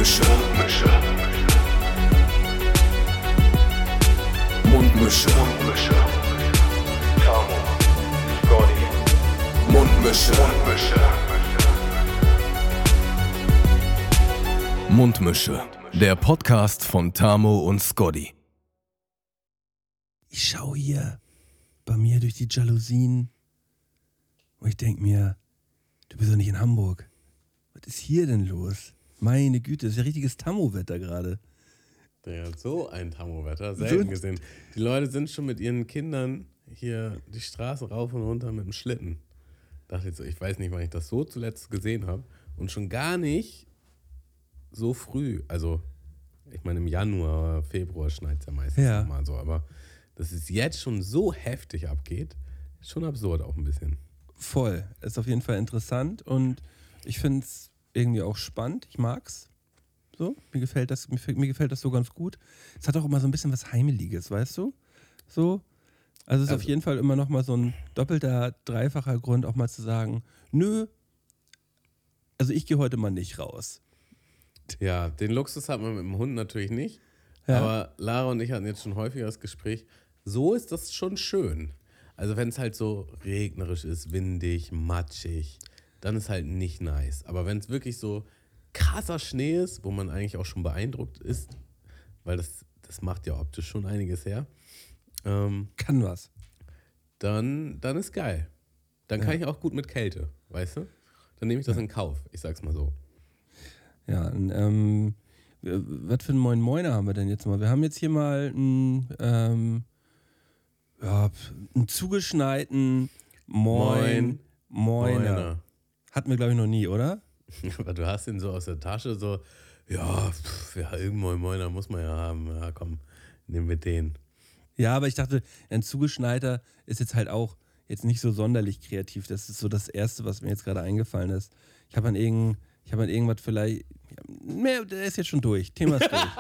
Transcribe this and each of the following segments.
Mundmische. Mundmische. Tamo, Scotty. Mundmische. Mundmische. Der Podcast von Tamo und Scotty. Ich schaue hier bei mir durch die Jalousien und ich denke mir, du bist doch nicht in Hamburg. Was ist hier denn los? Meine Güte, das ist ja richtiges Tammo-Wetter gerade. Ja, so ein Tammo-Wetter, selten gesehen. Die Leute sind schon mit ihren Kindern hier die Straße rauf und runter mit dem Schlitten. Dachte ich so, ich weiß nicht, wann ich das so zuletzt gesehen habe. Und schon gar nicht so früh. Also, ich meine, im Januar, Februar schneit es ja meistens nochmal so. Aber dass es jetzt schon so heftig abgeht, ist schon absurd auch ein bisschen. Voll. Ist auf jeden Fall interessant und ich finde es irgendwie auch spannend. Ich mag's. So, mir gefällt das so ganz gut. Es hat auch immer so ein bisschen was Heimeliges, weißt du? So. Also es ist auf jeden Fall immer noch mal so ein doppelter, dreifacher Grund, auch mal zu sagen, nö, also ich gehe heute mal nicht raus. Ja, den Luxus hat man mit dem Hund natürlich nicht. Ja. Aber Lara und ich hatten jetzt schon häufiger das Gespräch, so ist das schon schön. Also wenn es halt so regnerisch ist, windig, matschig, dann ist halt nicht nice. Aber wenn es wirklich so krasser Schnee ist, wo man eigentlich auch schon beeindruckt ist, weil das macht ja optisch schon einiges her, Kann was. dann ist geil. Dann kann ich auch gut mit Kälte, weißt du? Dann nehme ich das in Kauf, ich sag's mal so. Ja, was für einen Moin-Moiner haben wir denn jetzt mal? Wir haben jetzt hier mal einen zugeschneiten Moiner. Hatten wir, glaube ich, noch nie, oder? Aber du hast ihn so aus der Tasche so, ja, irgendein Moiner muss man ja haben. Ja, komm, nehmen wir den. Ja, aber ich dachte, ein zugeschneiter ist jetzt halt auch jetzt nicht so sonderlich kreativ. Das ist so das Erste, was mir jetzt gerade eingefallen ist. Ich habe an irgendwas vielleicht... Der ist jetzt schon durch. Thema ist durch.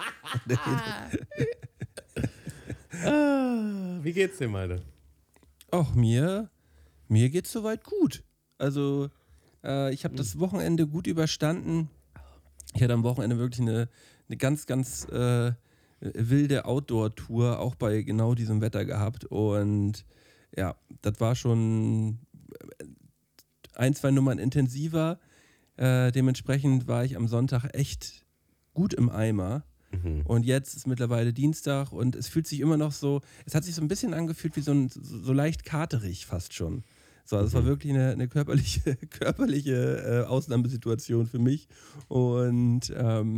Wie geht's dir, Malte? Ach, mir geht's soweit gut. Also, ich habe das Wochenende gut überstanden. Ich hatte am Wochenende wirklich eine ganz, ganz wilde Outdoor-Tour, auch bei genau diesem Wetter gehabt. Und ja, das war schon 1-2 Nummern intensiver. Dementsprechend war ich am Sonntag echt gut im Eimer. Und jetzt ist mittlerweile Dienstag und es fühlt sich immer noch so, es hat sich so ein bisschen angefühlt wie so leicht katerig fast schon. So, also es war wirklich eine körperliche Ausnahmesituation für mich. Und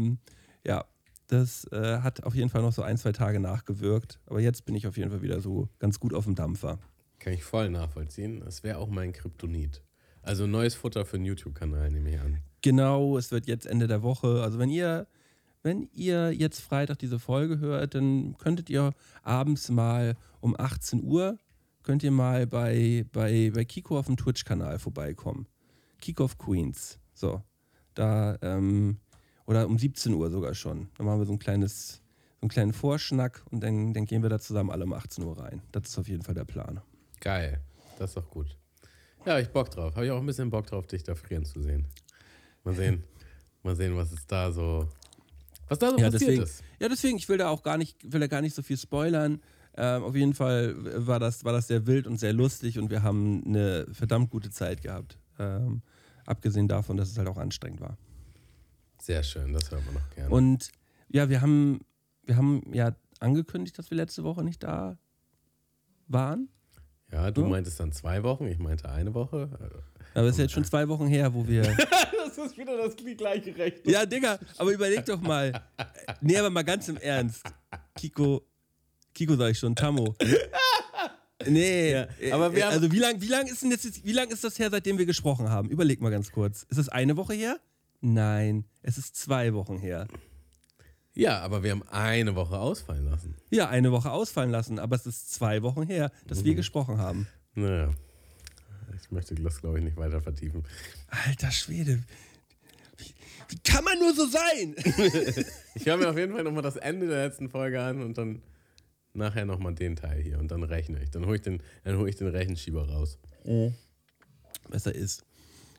das hat auf jeden Fall noch so 1-2 Tage nachgewirkt. Aber jetzt bin ich auf jeden Fall wieder so ganz gut auf dem Dampfer. Kann ich voll nachvollziehen. Das wäre auch mein Kryptonit. Also neues Futter für einen YouTube-Kanal, nehme ich an. Genau, es wird jetzt Ende der Woche. Also wenn ihr jetzt Freitag diese Folge hört, dann könntet ihr abends mal um 18 Uhr könnt ihr mal bei Kiko auf dem Twitch-Kanal vorbeikommen. Kiko of Queens. So, da, oder um 17 Uhr sogar schon. Dann machen wir so einen kleinen Vorschnack und dann gehen wir da zusammen alle um 18 Uhr rein. Das ist auf jeden Fall der Plan. Geil, das ist doch gut. Ja, hab ich Bock drauf. Habe ich auch ein bisschen Bock drauf, dich da frieren zu sehen. Mal sehen, was da so passiert ist. Ja, deswegen, ich will da gar nicht so viel spoilern. Auf jeden Fall war das sehr wild und sehr lustig und wir haben eine verdammt gute Zeit gehabt. Abgesehen davon, dass es halt auch anstrengend war. Sehr schön, das hören wir noch gerne. Und ja, wir haben ja angekündigt, dass wir letzte Woche nicht da waren. Ja, du meintest dann 2 Wochen, ich meinte 1 Woche. Aber es ist jetzt schon 2 Wochen her, wo wir... Das ist wieder das gleiche Recht. Ja, Digga, aber überleg doch mal. Nee, aber mal ganz im Ernst. Kiko sag ich schon, Tammo. Nee, ja, aber wir haben, also wie lang ist das her, seitdem wir gesprochen haben? Überleg mal ganz kurz. Ist es 1 Woche her? Nein, es ist 2 Wochen her. Ja, aber wir haben 1 Woche ausfallen lassen. Ja, 1 Woche ausfallen lassen, aber es ist 2 Wochen her, dass wir gesprochen haben. Naja, ich möchte das, glaube ich, nicht weiter vertiefen. Alter Schwede, wie kann man nur so sein? Ich höre mir auf jeden Fall nochmal das Ende der letzten Folge an und dann nachher nochmal den Teil hier und dann rechne ich. Dann hole ich den Rechenschieber raus. Besser ist.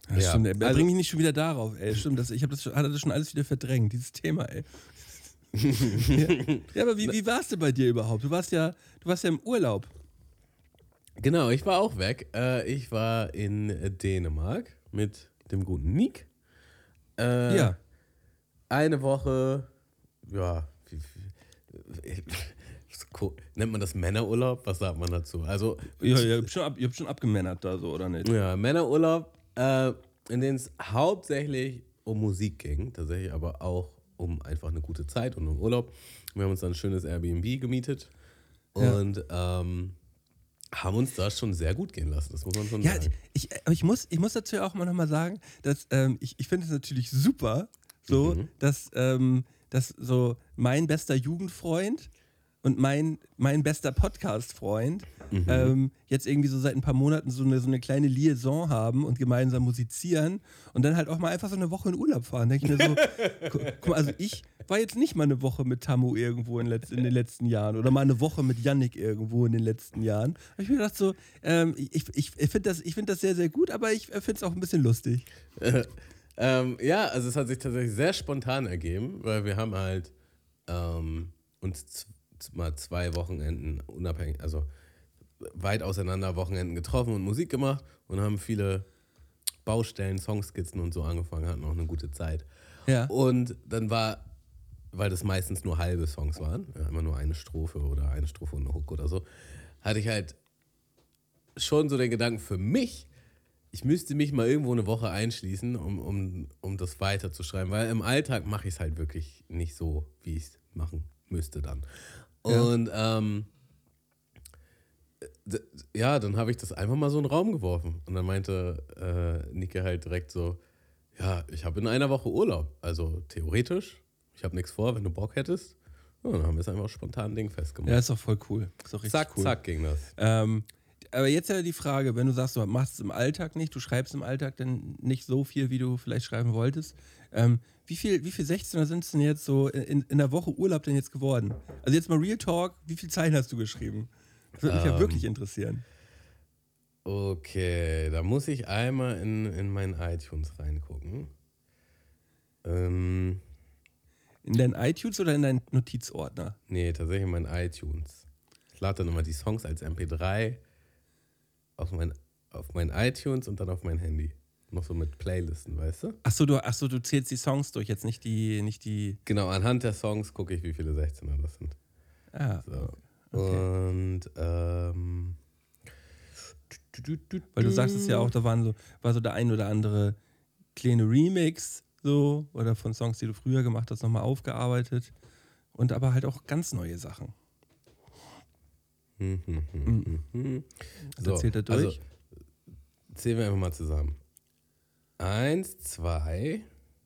Ja, stimmt, ey. Bring mich nicht schon wieder darauf, ey. Stimmt, hatte das schon alles wieder verdrängt, dieses Thema, ey. Ja, aber wie war es denn bei dir überhaupt? Du warst ja im Urlaub. Genau, ich war auch weg. Ich war in Dänemark mit dem guten Nick. Ja. Eine Woche, ja, nennt man das Männerurlaub? Was sagt man dazu? Also, Ja, ihr habt schon abgemännert da so, oder nicht? ja, Männerurlaub, in dem es hauptsächlich um Musik ging, tatsächlich aber auch um einfach eine gute Zeit und um Urlaub. Wir haben uns dann ein schönes Airbnb gemietet und haben uns da schon sehr gut gehen lassen, das muss man schon sagen. Aber ich muss dazu ja auch mal nochmal sagen, dass ich finde es natürlich super, so, dass so mein bester Jugendfreund und mein bester Podcast-Freund jetzt irgendwie so seit ein paar Monaten so eine kleine Liaison haben und gemeinsam musizieren und dann halt auch mal einfach so eine Woche in Urlaub fahren. Denke ich mir so, guck mal, also ich war jetzt nicht mal eine Woche mit Tammo irgendwo in den letzten Jahren oder mal eine Woche mit Yannick irgendwo in den letzten Jahren. Da habe ich mir gedacht so, ich finde das sehr, sehr gut, aber ich finde es auch ein bisschen lustig. Ja, also es hat sich tatsächlich sehr spontan ergeben, weil wir haben halt uns mal 2 Wochenenden unabhängig, also weit auseinander Wochenenden getroffen und Musik gemacht und haben viele Baustellen, Songskizzen und so angefangen, hatten auch eine gute Zeit. Ja. Und dann weil das meistens nur halbe Songs waren, ja, immer nur eine Strophe und eine Hook oder so, hatte ich halt schon so den Gedanken für mich, ich müsste mich mal irgendwo eine Woche einschließen, um das weiterzuschreiben, weil im Alltag mache ich es halt wirklich nicht so, wie ich es machen müsste dann. Und dann habe ich das einfach mal so in den Raum geworfen. Und dann meinte Nike halt direkt so, ja, ich habe in einer Woche Urlaub. Also theoretisch, ich habe nichts vor, wenn du Bock hättest. Ja, dann haben wir es einfach spontan ein Ding festgemacht. Ja, ist doch voll cool. Ist doch richtig zack, cool. Zack ging das. Aber jetzt ja die Frage, wenn du sagst, du machst es im Alltag nicht, du schreibst im Alltag dann nicht so viel, wie du vielleicht schreiben wolltest. Wie viel 16er sind es denn jetzt so in der Woche Urlaub denn jetzt geworden? Also jetzt mal Real Talk, wie viel Zeilen hast du geschrieben? Das würde mich ja wirklich interessieren. Okay, da muss ich einmal in meinen iTunes reingucken. In deinen iTunes oder in deinen Notizordner? Nee, tatsächlich in meinen iTunes. Ich lade dann immer die Songs als MP3 auf mein iTunes und dann auf mein Handy. Noch so mit Playlisten, weißt du? Achso, du zählst die Songs durch, jetzt nicht die... Genau, anhand der Songs gucke ich, wie viele 16er das sind. Ah, so. okay. Und, weil du sagst es ja auch, da war so der ein oder andere kleine Remix, so, oder von Songs, die du früher gemacht hast, nochmal aufgearbeitet. Und aber halt auch ganz neue Sachen. So, zählt er durch. Also, zählen wir einfach mal zusammen. 1, 2,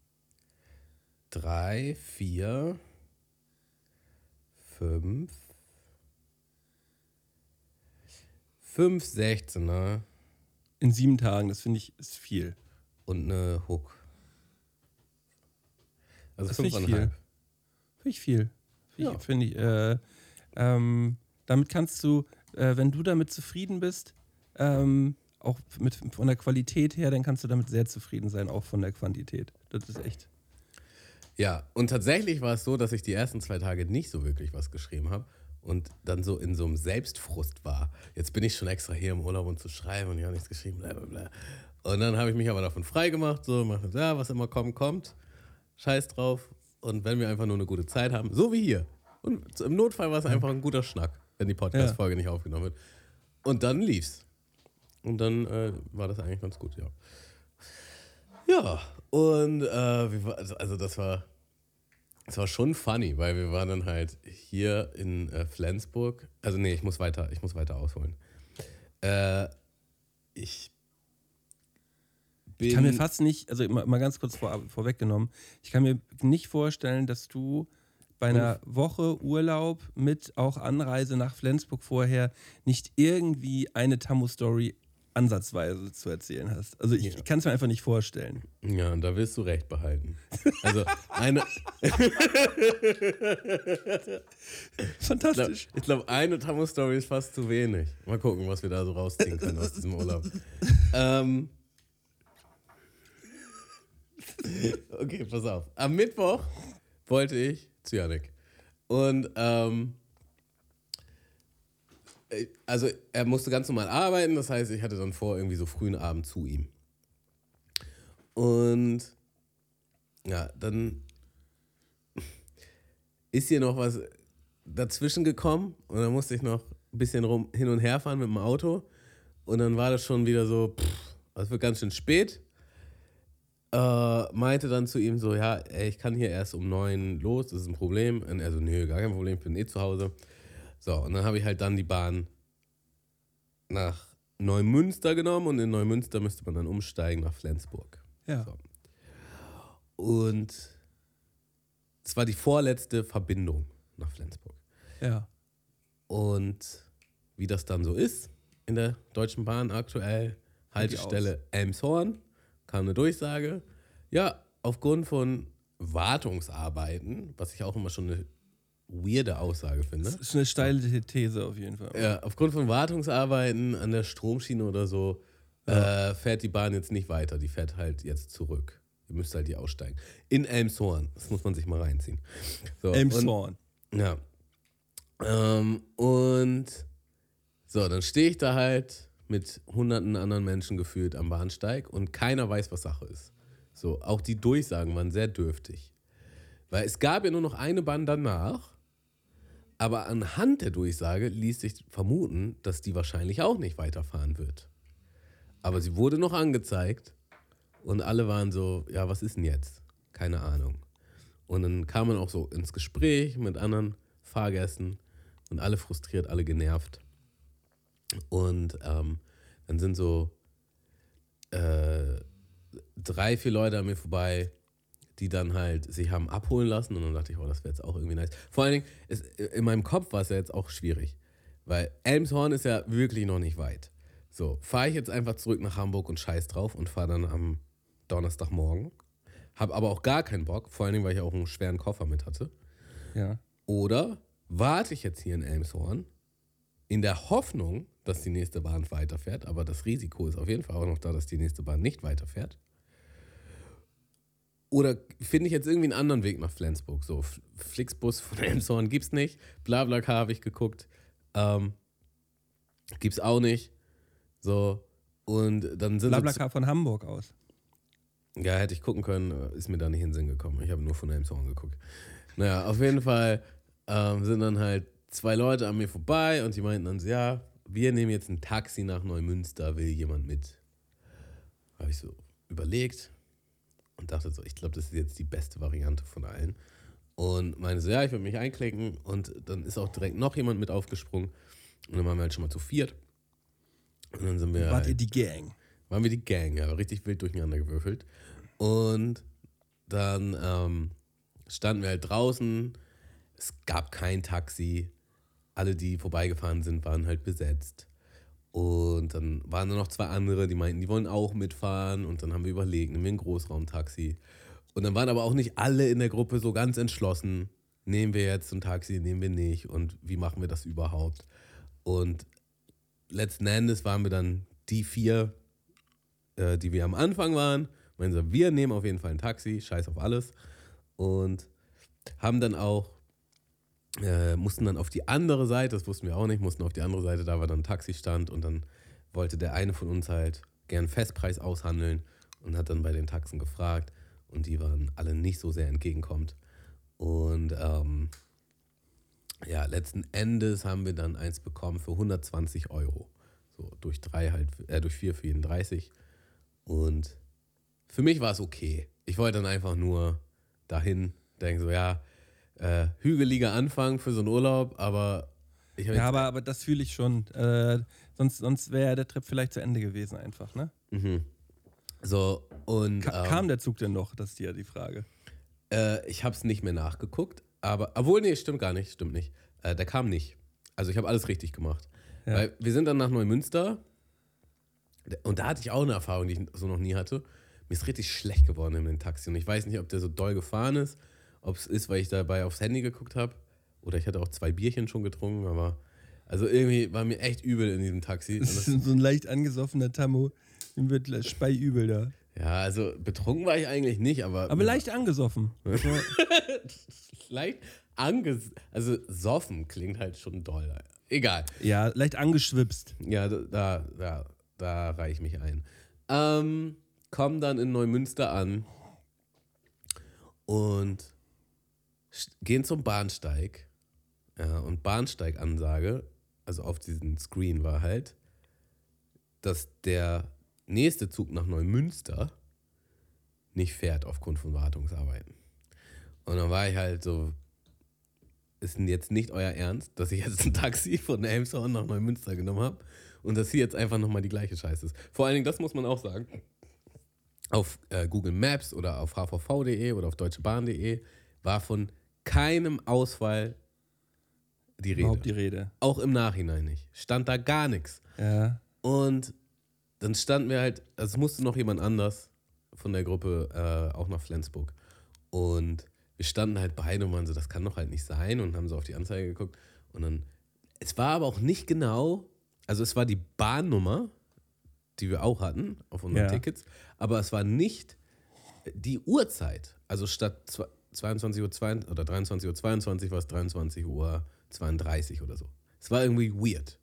3, 4, 5, 16er. In 7 Tagen, das finde ich, ist viel. Und eine Hook. Also das 5,5. Finde ich viel. Finde ich, damit kannst du, wenn du damit zufrieden bist, auch von der Qualität her, dann kannst du damit sehr zufrieden sein, auch von der Quantität. Das ist echt. Ja, und tatsächlich war es so, dass ich die ersten 2 Tage nicht so wirklich was geschrieben habe und dann so in so einem Selbstfrust war. Jetzt bin ich schon extra hier im Urlaub und zu schreiben und ich habe nichts geschrieben, bla bla bla. Und dann habe ich mich aber davon frei gemacht, so, ja, was immer kommt, scheiß drauf. Und wenn wir einfach nur eine gute Zeit haben, so wie hier. Und im Notfall war es einfach ein guter Schnack, wenn die Podcast-Folge nicht aufgenommen wird. Und dann lief's. Und dann war das eigentlich ganz gut, ja. Ja, und das war schon funny, weil wir waren dann halt hier in Flensburg. Also nee, ich muss weiter ausholen. Ich kann mir fast nicht, also mal ganz kurz vorweggenommen, ich kann mir nicht vorstellen, dass du bei einer Woche Urlaub mit auch Anreise nach Flensburg vorher nicht irgendwie eine Tammo-Story ansatzweise zu erzählen hast. Also ich kann es mir einfach nicht vorstellen. Ja, und da willst du recht behalten. Also eine... Fantastisch. Ich glaube, eine Tammo-Story ist fast zu wenig. Mal gucken, was wir da so rausziehen können aus diesem Urlaub. Okay, pass auf. Am Mittwoch wollte ich zu Janik. Und also er musste ganz normal arbeiten, das heißt, ich hatte dann vor, irgendwie so frühen Abend zu ihm. Und ja, dann ist hier noch was dazwischen gekommen und dann musste ich noch ein bisschen hin und her fahren mit dem Auto und dann war das schon wieder so, es wird ganz schön spät. Meinte dann zu ihm so, ja, ey, ich kann hier erst um 9 los, das ist ein Problem. Und er so, nö, gar kein Problem, ich bin zu Hause. So, und dann habe ich halt dann die Bahn nach Neumünster genommen und in Neumünster müsste man dann umsteigen nach Flensburg. Ja. So. Und es war die vorletzte Verbindung nach Flensburg. Ja. Und wie das dann so ist in der Deutschen Bahn aktuell, Haltestelle Elmshorn, kam eine Durchsage, ja, aufgrund von Wartungsarbeiten, was ich auch immer schon eine weirde Aussage finde. Das ist eine steile These auf jeden Fall. Ja, aufgrund von Wartungsarbeiten an der Stromschiene oder so fährt die Bahn jetzt nicht weiter, die fährt halt jetzt zurück. Ihr müsst halt hier aussteigen. In Elmshorn, das muss man sich mal reinziehen. So, Elmshorn. Ja. Und so, dann stehe ich da halt mit hunderten anderen Menschen gefühlt am Bahnsteig und keiner weiß, was Sache ist. So, auch die Durchsagen waren sehr dürftig. Weil es gab ja nur noch eine Bahn danach, aber anhand der Durchsage ließ sich vermuten, dass die wahrscheinlich auch nicht weiterfahren wird. Aber sie wurde noch angezeigt und alle waren so, ja, was ist denn jetzt? Keine Ahnung. Und dann kam man auch so ins Gespräch mit anderen Fahrgästen und alle frustriert, alle genervt. Und dann sind so 3, 4 Leute an mir vorbei, die dann halt sich haben abholen lassen. Und dann dachte ich, oh, das wäre jetzt auch irgendwie nice. Vor allen Dingen, in meinem Kopf war es ja jetzt auch schwierig. Weil Elmshorn ist ja wirklich noch nicht weit. So, fahre ich jetzt einfach zurück nach Hamburg und scheiß drauf und fahre dann am Donnerstagmorgen. Hab aber auch gar keinen Bock, vor allen Dingen, weil ich auch einen schweren Koffer mit hatte. Ja. Oder warte ich jetzt hier in Elmshorn in der Hoffnung, dass die nächste Bahn weiterfährt, aber das Risiko ist auf jeden Fall auch noch da, dass die nächste Bahn nicht weiterfährt. Oder finde ich jetzt irgendwie einen anderen Weg nach Flensburg? So, Flixbus von Elmshorn gibt's nicht. BlaBlaCar habe ich geguckt. Gibt's auch nicht. So, und dann sind BlaBlaCar von Hamburg aus. Ja, hätte ich gucken können, ist mir da nicht in den Sinn gekommen. Ich habe nur von Elmshorn geguckt. Naja, auf jeden Fall sind dann halt 2 Leute an mir vorbei und die meinten dann so, ja, wir nehmen jetzt ein Taxi nach Neumünster, will jemand mit? Habe ich so überlegt und dachte so, ich glaube, das ist jetzt die beste Variante von allen. Und meinte so, ja, ich würde mich einklicken und dann ist auch direkt noch jemand mit aufgesprungen und dann waren wir halt schon mal zu 4. Und dann sind wir Wart ihr die Gang? Waren wir die Gang, ja, richtig wild durcheinander gewürfelt. Und dann standen wir halt draußen, es gab kein Taxi, alle, die vorbeigefahren sind, waren halt besetzt. Und dann waren da noch 2 andere, die meinten, die wollen auch mitfahren. Und dann haben wir überlegt, nehmen wir ein Großraumtaxi. Und dann waren aber auch nicht alle in der Gruppe so ganz entschlossen, nehmen wir jetzt ein Taxi, nehmen wir nicht und wie machen wir das überhaupt? Und letzten Endes waren wir dann die 4, die wir am Anfang waren. Meinen so, wir nehmen auf jeden Fall ein Taxi, scheiß auf alles. Und haben dann auch, mussten dann auf die andere Seite, das wussten wir auch nicht, mussten auf die andere Seite, da war dann ein Taxistand und dann wollte der eine von uns halt gern Festpreis aushandeln und hat dann bei den Taxen gefragt und die waren alle nicht so sehr entgegenkommend. Und ja, letzten Endes haben wir dann eins bekommen für 120 €. So durch 4 für jeden 30. Und für mich war es okay. Ich wollte dann einfach nur dahin, denken so, ja, hügeliger Anfang für so einen Urlaub, aber ich habe Ja, aber das fühle ich schon. Sonst wäre der Trip vielleicht zu Ende gewesen einfach, ne? so und Kam der Zug denn noch? Das ist ja die Frage. ich habe es nicht mehr nachgeguckt, aber obwohl, nee, stimmt nicht. Der kam nicht. Also ich habe alles richtig gemacht. Ja. Weil wir sind dann nach Neumünster und da hatte ich auch eine Erfahrung, die ich so noch nie hatte. Mir ist richtig schlecht geworden in dem Taxi und ich weiß nicht, ob der so doll gefahren ist, ob es ist, weil ich dabei aufs Handy geguckt habe oder ich hatte auch 2 Bierchen schon getrunken, aber also irgendwie war mir echt übel in diesem Taxi. Das ist so ein leicht angesoffener Tammo, ihm wird speiübel da. Ja, also betrunken war ich eigentlich nicht, aber leicht angesoffen. Also, leicht also soffen klingt halt schon doll. Egal. ja, leicht angeschwipst. Ja, da reiche ich mich ein. Komm dann in Neumünster an und gehen zum Bahnsteig. Ja, und Bahnsteigansage, also auf diesem Screen war halt, dass der nächste Zug nach Neumünster nicht fährt aufgrund von Wartungsarbeiten. Und dann war ich halt so, ist denn jetzt nicht euer Ernst, dass ich jetzt ein Taxi von Elmshorn nach Neumünster genommen habe und dass hier jetzt einfach nochmal die gleiche Scheiße ist. Vor allen Dingen, das muss man auch sagen, auf Google Maps oder auf hvv.de oder auf deutschebahn.de war von keinem Ausfall die Rede. Überhaupt die Rede. Auch im Nachhinein nicht. Stand da gar nichts. Ja. Und dann standen wir halt, also es musste noch jemand anders von der Gruppe auch nach Flensburg. Und wir standen halt beide und waren so, das kann doch halt nicht sein und haben so auf die Anzeige geguckt. Und dann, es war aber auch nicht genau, also es war die Bahnnummer, die wir auch hatten auf unseren Tickets, aber es war nicht die Uhrzeit. Also statt 22:02 oder 23:22 Uhr war es 23:32 Uhr oder so. Es war irgendwie weird.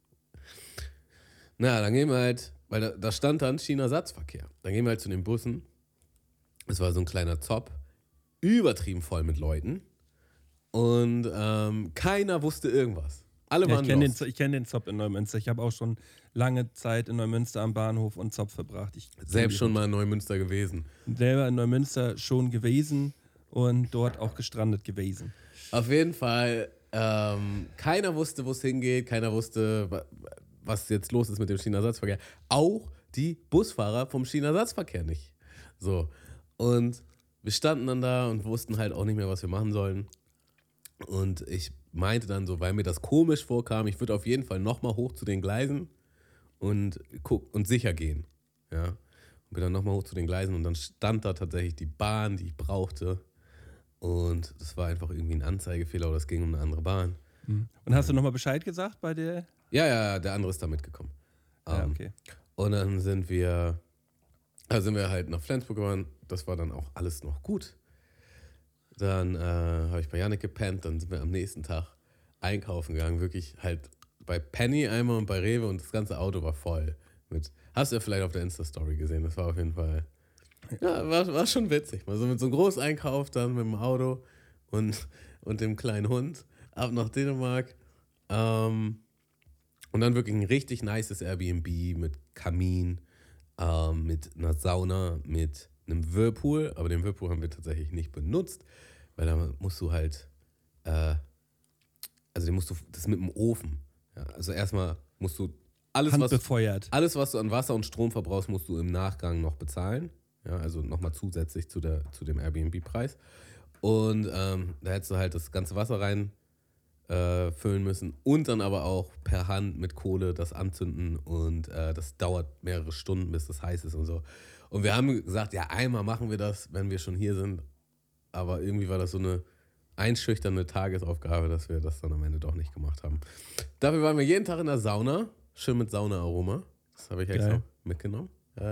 Na, dann gehen wir halt, weil da stand dann Schienenersatzverkehr. Dann gehen wir halt zu den Bussen. Es war so ein kleiner Zopp, übertrieben voll mit Leuten. Und keiner wusste irgendwas. Alle waren lost. Ich kenne den Zopp in Neumünster. Ich habe auch schon lange Zeit in Neumünster am Bahnhof und Zopp verbracht. Selbst schon mal in Neumünster gewesen. Selber in Neumünster schon gewesen und dort auch gestrandet gewesen. Auf jeden Fall, keiner wusste, wo es hingeht. Keiner wusste, was jetzt los ist mit dem Schienenersatzverkehr. Auch die Busfahrer vom Schienenersatzverkehr nicht. So. Und wir standen dann da und wussten halt auch nicht mehr, was wir machen sollen. Und ich meinte dann so, weil mir das komisch vorkam, ich würde auf jeden Fall nochmal hoch zu den Gleisen und sicher gehen. Ja. Und bin dann nochmal hoch zu den Gleisen und dann stand da tatsächlich die Bahn, die ich brauchte. Und das war einfach irgendwie ein Anzeigefehler oder es ging um eine andere Bahn. Und hast du nochmal Bescheid gesagt bei der? Ja, der andere ist da mitgekommen. Ja, okay. Und dann sind wir halt nach Flensburg gefahren. Das war dann auch alles noch gut. Dann habe ich bei Jannik gepennt. Dann sind wir am nächsten Tag einkaufen gegangen. Wirklich halt bei Penny einmal und bei Rewe und das ganze Auto war voll. Hast du ja vielleicht auf der Insta-Story gesehen. Das war auf jeden Fall, ja, war schon witzig. Mal so mit so einem Großeinkauf dann mit dem Auto und dem kleinen Hund ab nach Dänemark. Und dann wirklich ein richtig nices Airbnb mit Kamin, mit einer Sauna, mit einem Whirlpool. Aber den Whirlpool haben wir tatsächlich nicht benutzt, weil da musst du halt, das ist mit dem Ofen. Ja, also erstmal musst du handbefeuert. Alles, was du an Wasser und Strom verbrauchst, musst du im Nachgang noch bezahlen. Ja, also nochmal zusätzlich zu dem Airbnb-Preis. Und da hättest du halt das ganze Wasser rein füllen müssen und dann aber auch per Hand mit Kohle das anzünden und das dauert mehrere Stunden, bis das heiß ist und so. Und wir haben gesagt, ja, einmal machen wir das, wenn wir schon hier sind, aber irgendwie war das so eine einschüchternde Tagesaufgabe, dass wir das dann am Ende doch nicht gemacht haben. Dafür waren wir jeden Tag in der Sauna, schön mit Saunaaroma, das habe ich extra mitgenommen.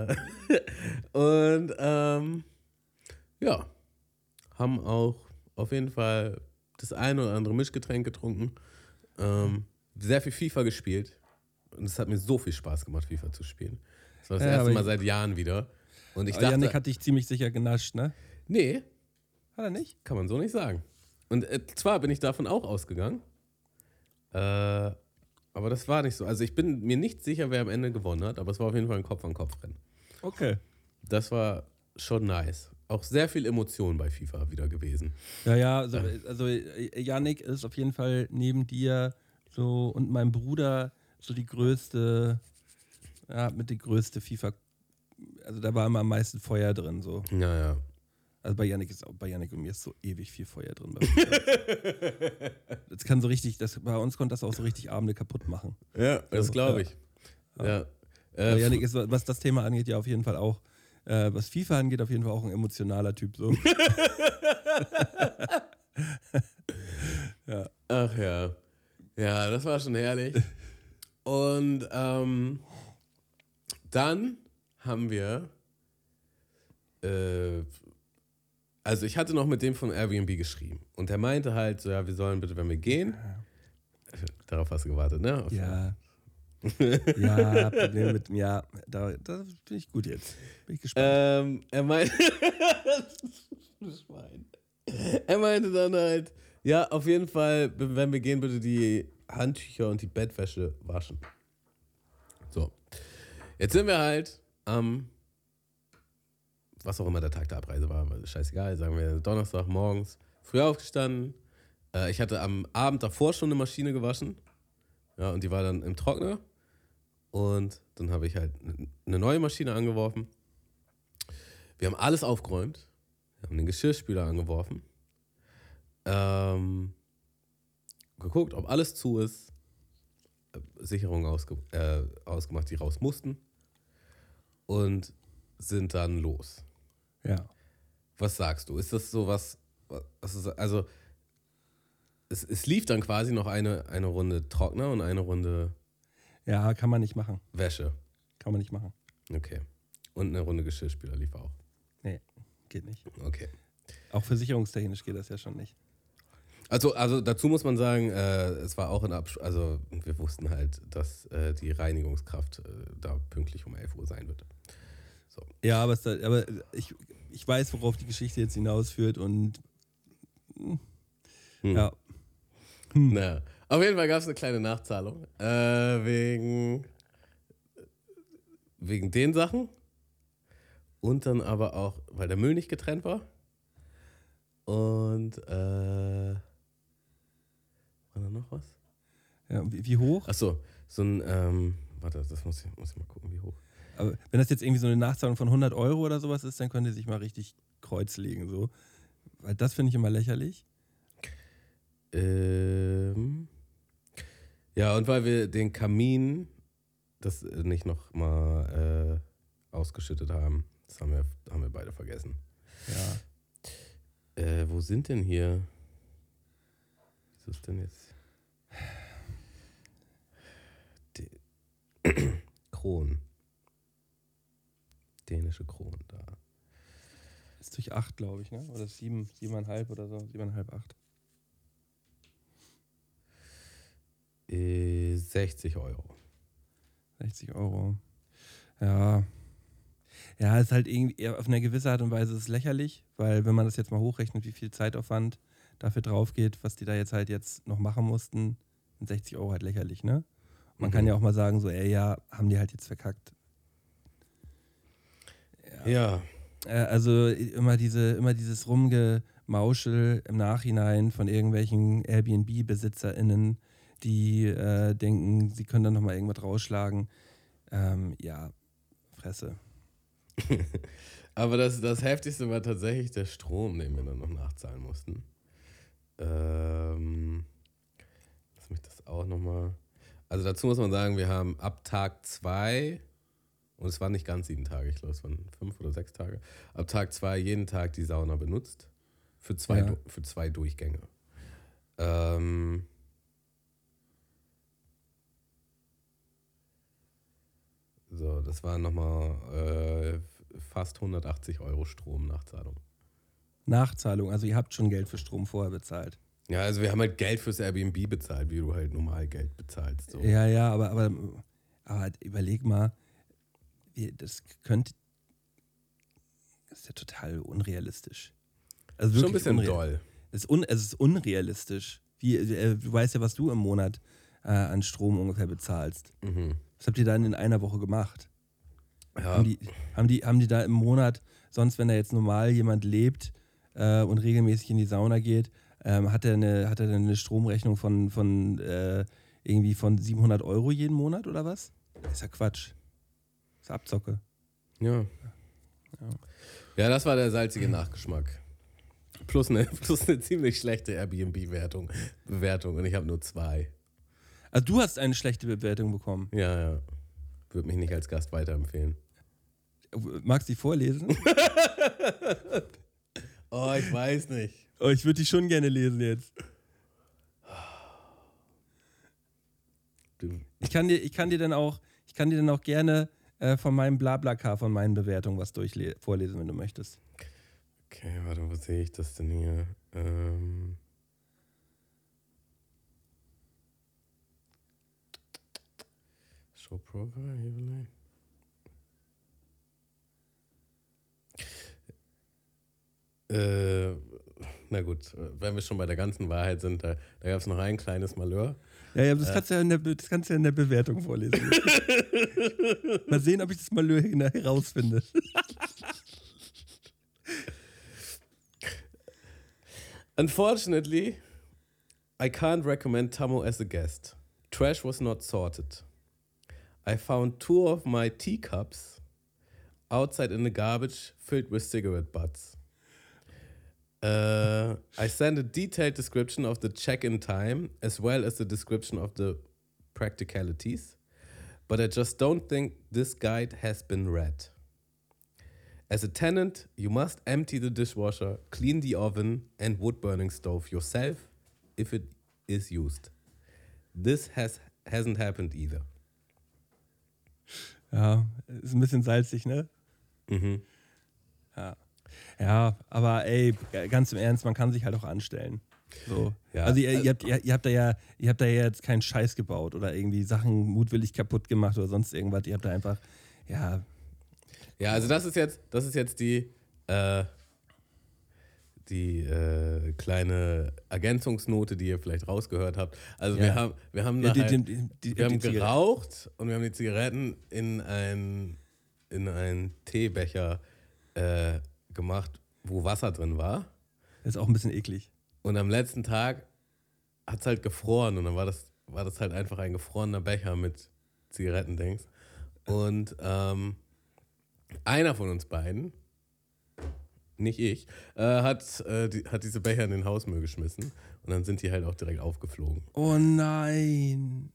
Und ja, haben auch auf jeden Fall das eine oder andere Mischgetränk getrunken, sehr viel FIFA gespielt und es hat mir so viel Spaß gemacht, FIFA zu spielen. Das war das erste Mal seit Jahren wieder. Und ich dachte, Jannik hat dich ziemlich sicher genascht, ne? Nee. Hat er nicht? Kann man so nicht sagen. Und zwar bin ich davon auch ausgegangen, aber das war nicht so. Also ich bin mir nicht sicher, wer am Ende gewonnen hat, aber es war auf jeden Fall ein Kopf-an-Kopf-Rennen. Okay. Das war schon nice. Auch sehr viel Emotion bei FIFA wieder gewesen. Ja, also Jannik ist auf jeden Fall neben dir so und meinem Bruder so die größte, mit die größte FIFA, also da war immer am meisten Feuer drin, so. Ja. Also bei Jannik und mir ist so ewig viel Feuer drin. Das kann so richtig, bei uns konnte das auch so richtig Abende kaputt machen. Ja, das glaube ich. Ja. Jannik ist, was das Thema angeht, ja auf jeden Fall auch, was FIFA angeht, auf jeden Fall auch ein emotionaler Typ. So. Ja. Ach ja. Ja, das war schon herrlich. Und dann haben wir Also ich hatte noch mit dem von Airbnb geschrieben und der meinte halt, so, ja, wir sollen bitte, wenn wir gehen, darauf hast du gewartet, ne? Ja. Ja, Problem mit, ja, da bin ich gut jetzt. Bin ich gespannt. Er meinte, er meinte dann halt, ja, auf jeden Fall, wenn wir gehen, bitte die Handtücher und die Bettwäsche waschen. So. Jetzt sind wir halt am, was auch immer der Tag der Abreise war, weil scheißegal, sagen wir Donnerstag morgens, früh aufgestanden. Ich hatte am Abend davor schon eine Maschine gewaschen. Ja, und die war dann im Trockner. Und dann habe ich halt eine neue Maschine angeworfen. Wir haben alles aufgeräumt. Wir haben den Geschirrspüler angeworfen. Geguckt, ob alles zu ist. Sicherungen ausgemacht, die raus mussten. Und sind dann los. Ja. Was sagst du? Ist das so was also es lief dann quasi noch eine Runde Trockner und eine Runde Ja, kann man nicht machen. Wäsche. Kann man nicht machen. Okay. Und eine Runde Geschirrspüler lief auch. Nee, geht nicht. Okay. Auch versicherungstechnisch geht das ja schon nicht. Also dazu muss man sagen, es war auch also wir wussten halt, dass die Reinigungskraft da pünktlich um 11 Uhr sein wird. So. Ja, aber ich weiß, worauf die Geschichte jetzt hinausführt und ja. Naja. Auf jeden Fall gab es eine kleine Nachzahlung. Wegen den Sachen. Und dann aber auch, weil der Müll nicht getrennt war. Und war da noch was? Ja, wie hoch? Achso, so ein, warte, das muss ich mal gucken, wie hoch. Aber wenn das jetzt irgendwie so eine Nachzahlung von 100 Euro oder sowas ist, dann könnt ihr sich mal richtig Kreuz legen. So. Weil das finde ich immer lächerlich. Ja, und weil wir den Kamin das nicht noch mal ausgeschüttet haben. Das haben wir beide vergessen. Ja. Wo sind denn hier? Wieso ist denn jetzt? Kronen. Dänische Kronen da. Ist durch 8, glaube ich, ne? Oder 7,5 oder so. 7,5, 8. 60 Euro. 60 Euro. Ja. Ja, ist halt irgendwie auf eine gewisse Art und Weise ist es lächerlich, weil wenn man das jetzt mal hochrechnet, wie viel Zeitaufwand dafür drauf geht, was die da jetzt noch machen mussten, sind 60 Euro halt lächerlich, ne? Und man kann ja auch mal sagen, so, ey, ja, haben die halt jetzt verkackt. Ja. Also immer dieses Rumgemauschel im Nachhinein von irgendwelchen Airbnb-BesitzerInnen, die denken, sie können dann nochmal irgendwas rausschlagen. Ja, Fresse. Aber das Heftigste war tatsächlich der Strom, den wir dann noch nachzahlen mussten. Lass mich das auch nochmal. Also dazu muss man sagen, wir haben ab Tag 2, und es waren nicht ganz 7 Tage, ich glaube es waren 5 oder 6 Tage, ab Tag 2 jeden Tag die Sauna benutzt. Für zwei Durchgänge. So, das waren nochmal fast 180 Euro Stromnachzahlung. Nachzahlung, also ihr habt schon Geld für Strom vorher bezahlt. Ja, also wir haben halt Geld fürs Airbnb bezahlt, wie du halt normal Geld bezahlst. So. Ja, aber überleg mal, das ist ja total unrealistisch. Also schon ein bisschen doll. Es ist unrealistisch. Du weißt ja, was du im Monat an Strom ungefähr bezahlst. Mhm. Was habt ihr dann in einer Woche gemacht? Ja. Haben die da im Monat, sonst wenn da jetzt normal jemand lebt und regelmäßig in die Sauna geht, hat er eine Stromrechnung von irgendwie von 700 Euro jeden Monat oder was? Das ist ja Quatsch. Das ist Abzocke. Ja. Ja, das war der salzige Nachgeschmack. Plus eine ziemlich schlechte Airbnb-Bewertung. Und ich habe nur 2. Also du hast eine schlechte Bewertung bekommen. Ja. Würde mich nicht als Gast weiterempfehlen. Magst du die vorlesen? Oh, ich weiß nicht. Oh, ich würde die schon gerne lesen jetzt. Ich kann dir dann auch gerne von meinem Blablacar, von meinen Bewertungen was vorlesen, wenn du möchtest. Okay, warte, wo sehe ich das denn hier? Show Profile, hier vielleicht. Na gut, wenn wir schon bei der ganzen Wahrheit sind, da gab es noch ein kleines Malheur. Ja, das kannst du ja in der Bewertung vorlesen. Mal sehen, ob ich das Malheur herausfinde. Unfortunately, I can't recommend Tammo as a guest. Trash was not sorted. I found 2 of my teacups outside in the garbage filled with cigarette butts. I sent a detailed description of the check-in time as well as the description of the practicalities, but I just don't think this guide has been read. As a tenant, you must empty the dishwasher, clean the oven and wood-burning stove yourself if it is used. This hasn't happened either. Ja, ist ein bisschen salzig, ne? Mhm. Ja, aber ey, ganz im Ernst, man kann sich halt auch anstellen. So. Ja, Also ihr habt da ja jetzt keinen Scheiß gebaut oder irgendwie Sachen mutwillig kaputt gemacht oder sonst irgendwas. Ihr habt da einfach, ja. Ja, also das ist jetzt die kleine Ergänzungsnote, die ihr vielleicht rausgehört habt. Also Ja. wir haben geraucht und wir haben die Zigaretten in einen Teebecher gemacht, wo Wasser drin war. Das ist auch ein bisschen eklig. Und am letzten Tag hat es halt gefroren und dann war das halt einfach ein gefrorener Becher mit Zigarettendings. Und einer von uns beiden, nicht ich, hat diese Becher in den Hausmüll geschmissen und dann sind die halt auch direkt aufgeflogen. Oh nein.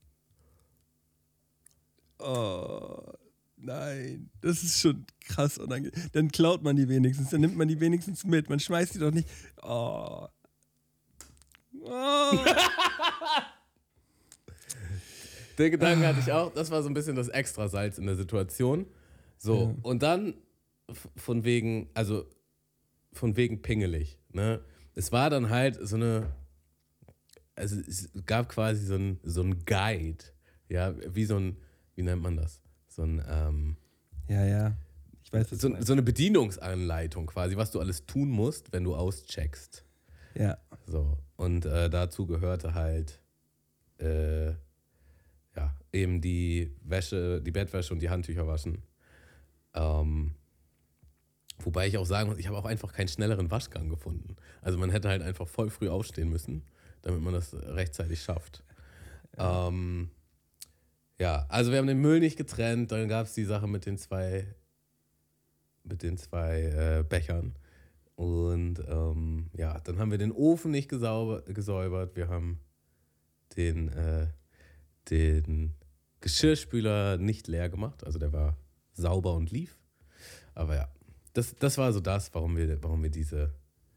Oh nein. Das ist schon krass unangenehm. Dann klaut man die wenigstens, dann nimmt man die wenigstens mit. Man schmeißt die doch nicht. Oh. Oh. Den Gedanken hatte ich auch, das war so ein bisschen das Extrasalz in der Situation. So, Ja. und dann von wegen pingelig. Ne? Es war dann halt also es gab quasi so ein Guide, ja, wie nennt man das? Ja. Ich weiß, was du So meinst. eine Bedienungsanleitung quasi, was du alles tun musst, wenn du auscheckst. Ja. So, und dazu gehörte halt eben die Bettwäsche und die Handtücher waschen. Wobei ich auch sagen muss, ich habe auch einfach keinen schnelleren Waschgang gefunden. Also man hätte halt einfach voll früh aufstehen müssen, damit man das rechtzeitig schafft. Also wir haben den Müll nicht getrennt, dann gab es die Sache mit den zwei Bechern. Und dann haben wir den Ofen nicht gesäubert. Wir haben den Geschirrspüler nicht leer gemacht. Also der war sauber und lief. Aber ja, das war so das, warum ich diese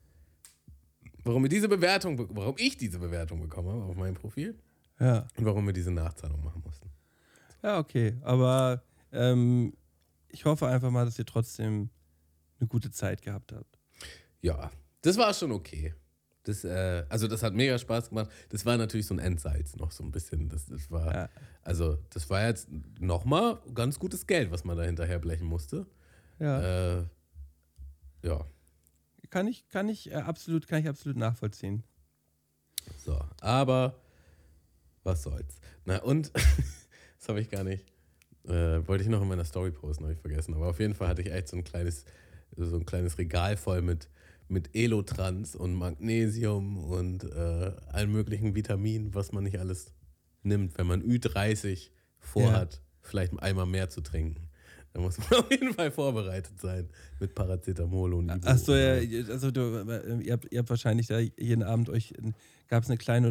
Bewertung bekommen habe auf meinem Profil. Ja. Und warum wir diese Nachzahlung machen mussten. Ja, okay. Aber ich hoffe einfach mal, dass ihr trotzdem eine gute Zeit gehabt habt. Ja, das war schon okay. Das hat mega Spaß gemacht. Das war natürlich so ein Endsalz noch so ein bisschen. Das war jetzt nochmal ganz gutes Geld, was man da hinterher blechen musste. Ja. Ja. Kann ich absolut nachvollziehen. So, aber was soll's. Na und, das habe ich gar nicht, wollte ich noch in meiner Story posten, habe ich vergessen. Aber auf jeden Fall hatte ich echt so ein kleines Regal voll mit Elotrans und Magnesium und allen möglichen Vitaminen, was man nicht alles nimmt, wenn man Ü30 vorhat, vielleicht einmal mehr zu trinken. Da muss man auf jeden Fall vorbereitet sein mit Paracetamol und Ibu. Achso, ja, also ihr habt wahrscheinlich da jeden Abend gab es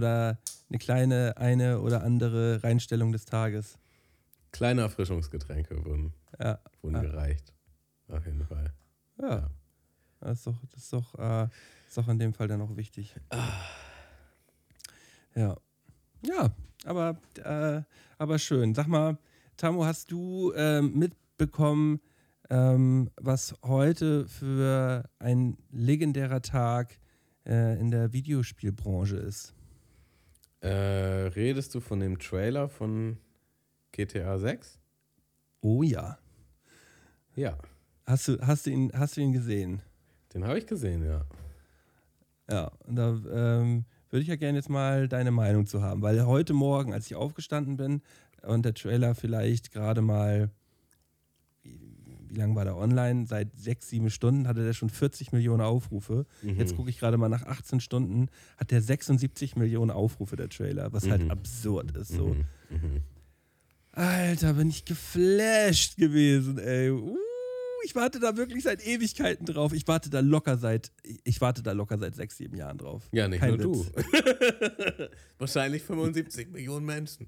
eine oder andere Reinstellung des Tages. Kleine Erfrischungsgetränke wurden gereicht. Auf jeden Fall. Ja. Das ist doch in dem Fall dann auch wichtig. Ja. Ja, aber schön. Sag mal, Tammo, hast du mitbekommen, was heute für ein legendärer Tag in der Videospielbranche ist? Redest du von dem Trailer von GTA 6? Oh ja. Ja, Hast du ihn gesehen? den habe ich gesehen, ja. Ja, und da würde ich ja gerne jetzt mal deine Meinung zu haben, weil heute Morgen, als ich aufgestanden bin und der Trailer vielleicht gerade mal, wie lange war der online? Seit 6, 7 Stunden hatte der schon 40 Millionen Aufrufe. Jetzt gucke ich gerade mal nach 18 Stunden, hat der 76 Millionen Aufrufe, der Trailer, was halt absurd ist. So. Alter, bin ich geflasht gewesen, ey. Ich warte da wirklich seit Ewigkeiten drauf. Ich warte da locker seit 6, 7 Jahren drauf. Ja, nicht Kein nur Witz. du. Wahrscheinlich 75 Millionen Menschen.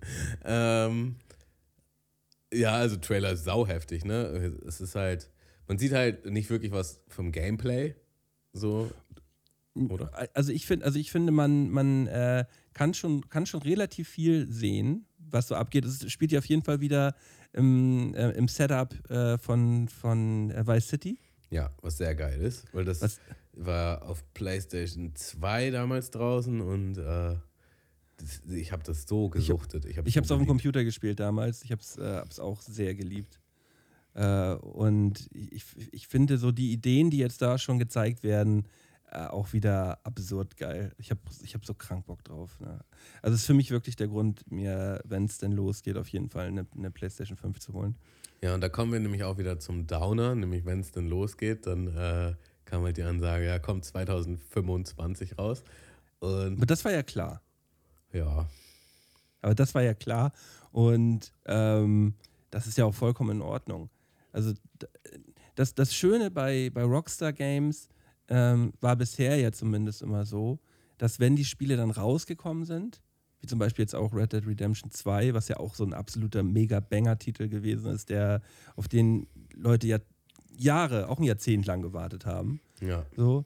Ja, also Trailer ist sauheftig, ne? Es ist halt, man sieht halt nicht wirklich was vom Gameplay, so, oder? Also ich finde, man kann schon relativ viel sehen, was so abgeht. Es spielt ja auf jeden Fall wieder im Setup von Vice City. Ja, was sehr geil ist, weil das war auf PlayStation 2 damals draußen und ich habe das so gesuchtet. Ich habe es auf dem Computer gespielt damals. Ich habe es auch sehr geliebt. Und ich finde so die Ideen, die jetzt da schon gezeigt werden, auch wieder absurd geil. Ich hab so krank Bock drauf. Ne? Also es ist für mich wirklich der Grund, mir, wenn es denn losgeht, auf jeden Fall eine PlayStation 5 zu holen. Ja, und da kommen wir nämlich auch wieder zum Downer, nämlich wenn es denn losgeht, dann kam halt die Ansage, ja, kommt 2025 raus. Aber das war ja klar. Ja. Aber das war ja klar und das ist ja auch vollkommen in Ordnung. Also das Schöne bei Rockstar Games war bisher ja zumindest immer so, dass wenn die Spiele dann rausgekommen sind, wie zum Beispiel jetzt auch Red Dead Redemption 2, was ja auch so ein absoluter Mega-Banger-Titel gewesen ist, auf den Leute ja Jahre, auch ein Jahrzehnt lang gewartet haben. Ja. So,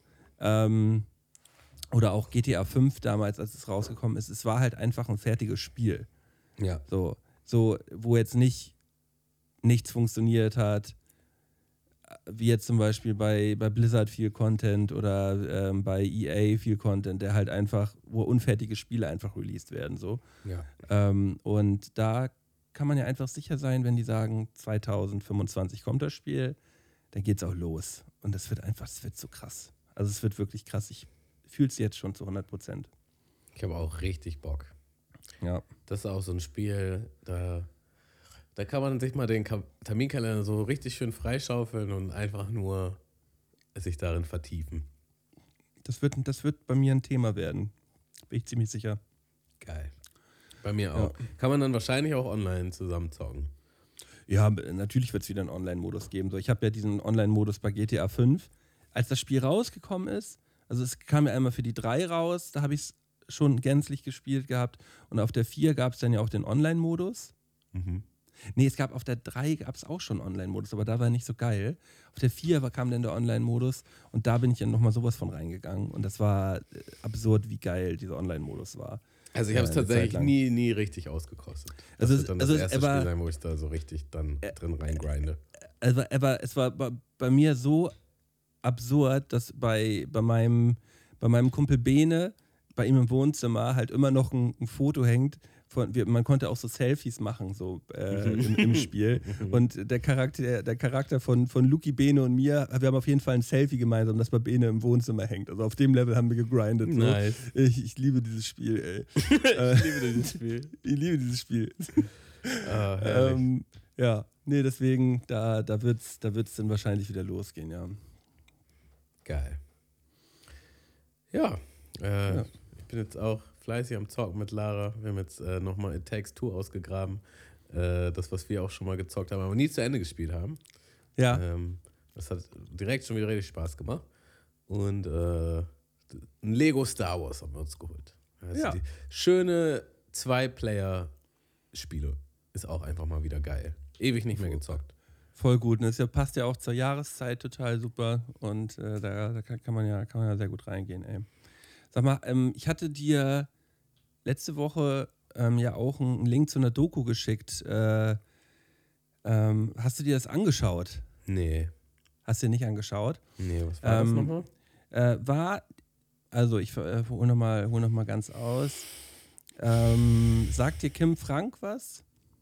oder auch GTA 5 damals, als es rausgekommen ist, es war halt einfach ein fertiges Spiel. Ja. So wo jetzt nichts funktioniert hat, wie jetzt zum Beispiel bei Blizzard viel Content oder bei EA viel Content, der halt einfach, wo unfertige Spiele einfach released werden. So. Ja. Und da kann man ja einfach sicher sein, wenn die sagen, 2025 kommt das Spiel, dann geht's auch los. Und es wird so krass. Also es wird wirklich krass. Ich fühle es jetzt schon zu 100%. Ich habe auch richtig Bock. Ja. Das ist auch so ein Spiel, da kann man sich mal den Terminkalender so richtig schön freischaufeln und einfach nur sich darin vertiefen. Das wird bei mir ein Thema werden. Bin ich ziemlich sicher. Geil. Bei mir auch. Ja. Kann man dann wahrscheinlich auch online zusammen zocken. Ja, natürlich wird es wieder einen Online-Modus geben. So, ich habe ja diesen Online-Modus bei GTA 5. Als das Spiel rausgekommen ist, also es kam ja einmal für die 3 raus, da habe ich es schon gänzlich gespielt gehabt. Und auf der 4 gab es dann ja auch den Online-Modus. Mhm. Nee, auf der 3 gab es auch schon Online-Modus, aber da war nicht so geil. Auf der 4 kam dann der Online-Modus und da bin ich dann nochmal sowas von reingegangen. Und das war absurd, wie geil dieser Online-Modus war. Also ich habe es tatsächlich nie richtig ausgekostet. Das wird dann das erste Spiel sein, wo ich da so richtig dann drin reingrinde. Aber es war bei mir so absurd, dass bei meinem Kumpel Bene, bei ihm im Wohnzimmer halt immer noch ein Foto hängt. Man konnte auch so Selfies machen so im Spiel. Und der Charakter von Luki, Bene und mir, wir haben auf jeden Fall ein Selfie gemeinsam, das bei Bene im Wohnzimmer hängt. Also auf dem Level haben wir gegrindet. So. Nice. Ich liebe dieses Spiel, ey. Ich liebe dieses Spiel. Ja, nee, deswegen, da wird's dann wahrscheinlich wieder losgehen, ja. Geil. Ja, ich bin jetzt auch fleißig am Zocken mit Lara. Wir haben jetzt nochmal It Takes Two ausgegraben. Das, was wir auch schon mal gezockt haben, aber nie zu Ende gespielt haben. Ja. Das hat direkt schon wieder richtig Spaß gemacht. Und ein Lego Star Wars haben wir uns geholt. Also ja. Die schöne 2-Player-Spiele ist auch einfach mal wieder geil. Ewig nicht mehr gezockt. Voll gut. Und das passt ja auch zur Jahreszeit total super. Und da kann man ja sehr gut reingehen, ey. Sag mal, ich hatte dir letzte Woche ja auch einen Link zu einer Doku geschickt. Hast du dir das angeschaut? Nee. Hast du dir nicht angeschaut? Nee, was war das nochmal? Ich hol noch mal ganz aus. Sagt dir Kim Frank was?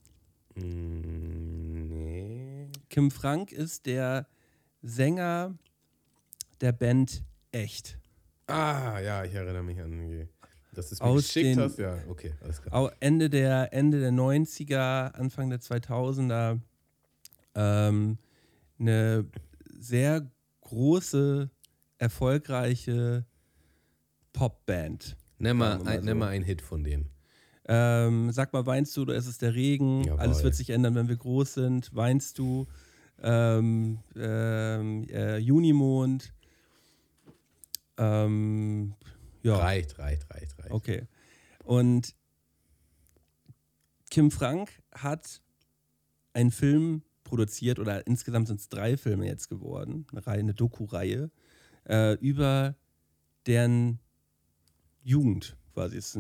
Nee. Kim Frank ist der Sänger der Band Echt. Ah, ja, ich erinnere mich an die. Dass du es mir Aus geschickt den- hast, ja, okay, alles klar. Ende der 90er, Anfang der 2000er eine sehr große, erfolgreiche Popband. Nenn mal sagen wir so. einen Hit von denen. Sag mal, weinst du oder ist es der Regen? Jawohl. Alles wird sich ändern, wenn wir groß sind. Weinst du? Junimond. Ja. Reicht. Okay. Und Kim Frank hat einen Film produziert, oder insgesamt sind es 3 Filme jetzt geworden, eine Doku-Reihe, über deren Jugend quasi. Es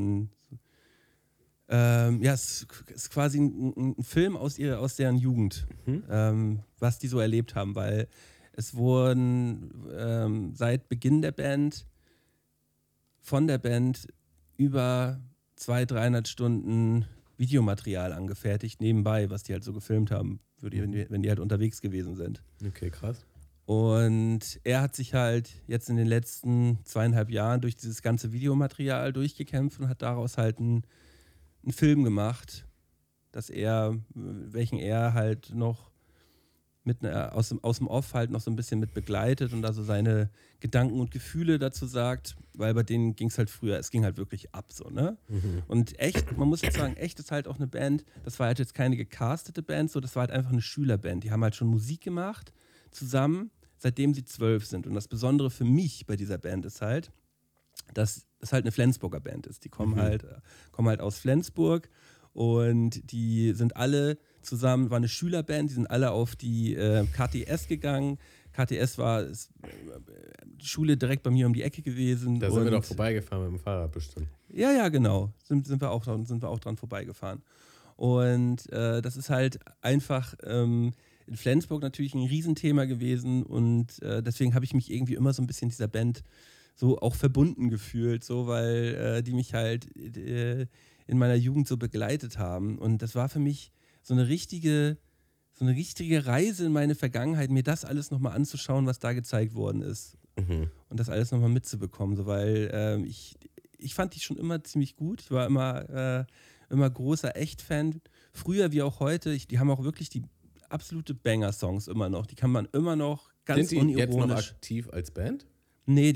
ist quasi ein Film aus deren Jugend, was die so erlebt haben, weil es wurden seit Beginn der Band von der Band über 200-300 Stunden Videomaterial angefertigt, nebenbei, was die halt so gefilmt haben, wenn die halt unterwegs gewesen sind. Okay, krass. Und er hat sich halt jetzt in den letzten 2,5 Jahren durch dieses ganze Videomaterial durchgekämpft und hat daraus halt einen Film gemacht, welchen er halt noch aus dem Off halt noch so ein bisschen mit begleitet und also seine Gedanken und Gefühle dazu sagt, weil bei denen ging es halt früher, es ging halt wirklich ab so, ne? Und Echt, man muss jetzt sagen, Echt ist halt auch eine Band, das war halt jetzt keine gecastete Band, so, das war halt einfach eine Schülerband, die haben halt schon Musik gemacht, zusammen, seitdem sie 12 sind. Und das Besondere für mich bei dieser Band ist halt, dass es halt eine Flensburger Band ist. Die kommen halt aus Flensburg und die sind alle zusammen, war eine Schülerband, die sind alle auf die KTS gegangen. KTS war die Schule direkt bei mir um die Ecke gewesen. Da sind wir doch vorbeigefahren mit dem Fahrrad bestimmt. Ja, genau. Sind wir auch dran vorbeigefahren. Und das ist halt einfach in Flensburg natürlich ein Riesenthema gewesen und deswegen habe ich mich irgendwie immer so ein bisschen dieser Band so auch verbunden gefühlt, so, weil die mich halt in meiner Jugend so begleitet haben. Und das war für mich so eine richtige Reise in meine Vergangenheit, mir das alles nochmal anzuschauen, was da gezeigt worden ist. Und das alles nochmal mitzubekommen, so, weil ich fand die schon immer ziemlich gut. Ich war immer großer Echt-Fan. Früher wie auch heute. Die haben auch wirklich die absolute Banger-Songs immer noch. Die kann man immer noch ganz Sind die unironisch. jetzt noch aktiv als Band? Nee,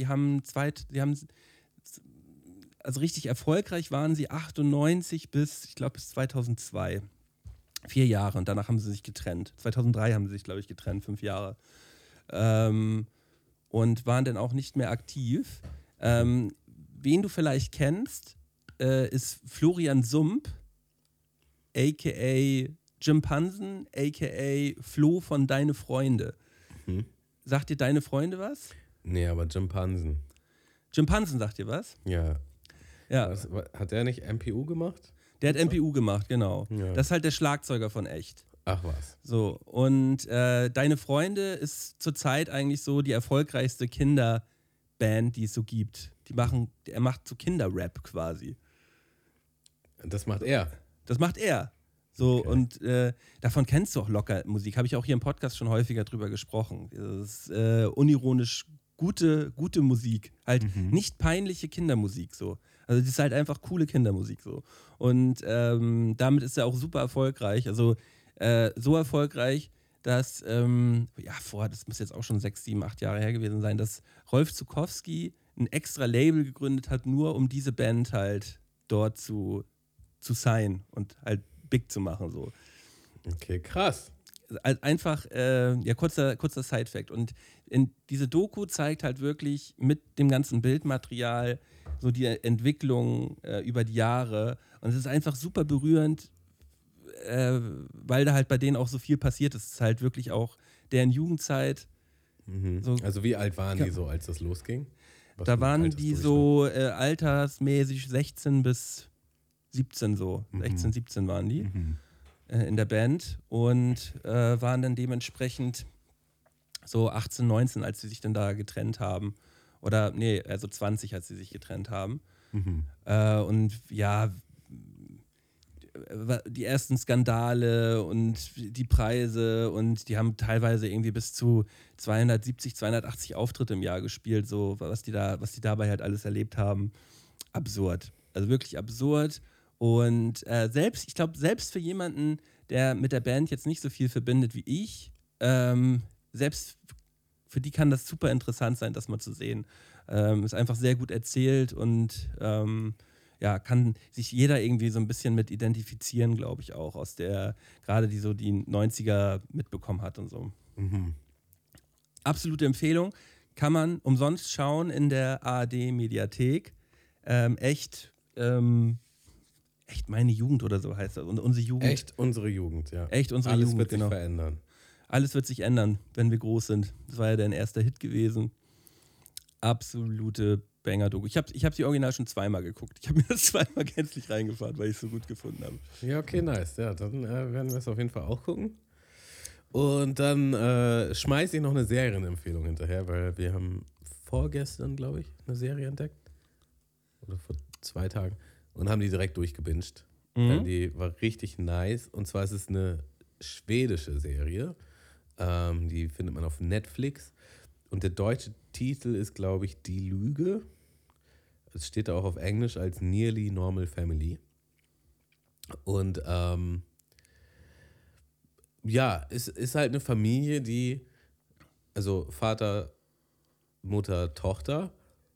also richtig erfolgreich waren sie 98 bis 2002. 4 Jahre und danach haben sie sich getrennt. 2003 haben sie sich, glaube ich, getrennt, 5 Jahre. Und waren dann auch nicht mehr aktiv. Wen du vielleicht kennst, ist Florian Sump, a.k.a. Jim Pansen, a.k.a. Flo von Deine Freunde. Sagt dir Deine Freunde was? Nee, aber Jim Pansen. Jim Pansen sagt dir was? Ja. Ja. Hat der nicht MPU gemacht? Der hat MPU gemacht, genau. Ja. Das ist halt der Schlagzeuger von Echt. Ach was. So, und Deine Freunde ist zurzeit eigentlich so die erfolgreichste Kinderband, die es so gibt. Er macht so Kinderrap quasi. Das macht er. Das macht er. So, Okay. und davon kennst du auch locker Musik. Habe ich auch hier im Podcast schon häufiger drüber gesprochen. Das ist unironisch gute Musik. Halt nicht peinliche Kindermusik so. Also das ist halt einfach coole Kindermusik so. Und damit ist er auch super erfolgreich. Also so erfolgreich, dass, das muss jetzt auch schon 6, 7, 8 Jahre her gewesen sein, dass Rolf Zukowski ein extra Label gegründet hat, nur um diese Band halt dort zu signen und halt big zu machen. So. Okay, krass. Einfach, kurzer Side-Fact. Und diese Doku zeigt halt wirklich mit dem ganzen Bildmaterial so die Entwicklung über die Jahre. Und es ist einfach super berührend, weil da halt bei denen auch so viel passiert ist. Es ist halt wirklich auch deren Jugendzeit. So, Also wie alt waren die so, als das losging? Was für da ein waren die Altersdurchschnitt? so altersmäßig 16 bis 17 so. 16, 17 waren die. in der Band und waren dann dementsprechend so 18, 19, als sie sich dann da getrennt haben. Oder, nee, also 20, als sie sich getrennt haben. Und ja, die ersten Skandale und die Preise und die haben teilweise irgendwie bis zu 270, 280 Auftritte im Jahr gespielt, so was die dabei halt alles erlebt haben. Absurd. Also wirklich absurd. Und ich glaube, selbst für jemanden, der mit der Band jetzt nicht so viel verbindet wie ich, selbst für die kann das super interessant sein, das mal zu sehen. Ist einfach sehr gut erzählt und kann sich jeder irgendwie so ein bisschen mit identifizieren, glaube ich auch, aus der, gerade die so die 90er mitbekommen hat und so. Absolute Empfehlung. Kann man umsonst schauen in der ARD-Mediathek. Echt meine Jugend oder so heißt das. Und unsere Jugend. Echt unsere Jugend, ja. Echt unsere Alles Jugend, wird sich genau. verändern. Alles wird sich ändern, wenn wir groß sind. Das war ja dein erster Hit gewesen. Absolute Banger-Doku. Ich hab die Original schon zweimal geguckt. Ich habe mir das zweimal gänzlich reingefahren, weil ich es so gut gefunden habe. Ja, okay, nice. Ja, dann werden wir es auf jeden Fall auch gucken. Und dann schmeiße ich noch eine Serienempfehlung hinterher, weil wir haben vorgestern, glaube ich, eine Serie entdeckt. Oder vor 2 Tagen. Und haben die direkt durchgebinged. Die war richtig nice. Und zwar ist es eine schwedische Serie. Die findet man auf Netflix. Und der deutsche Titel ist, glaube ich, Die Lüge. Es steht da auch auf Englisch als Nearly Normal Family. Und es ist halt eine Familie, die, also Vater, Mutter, Tochter.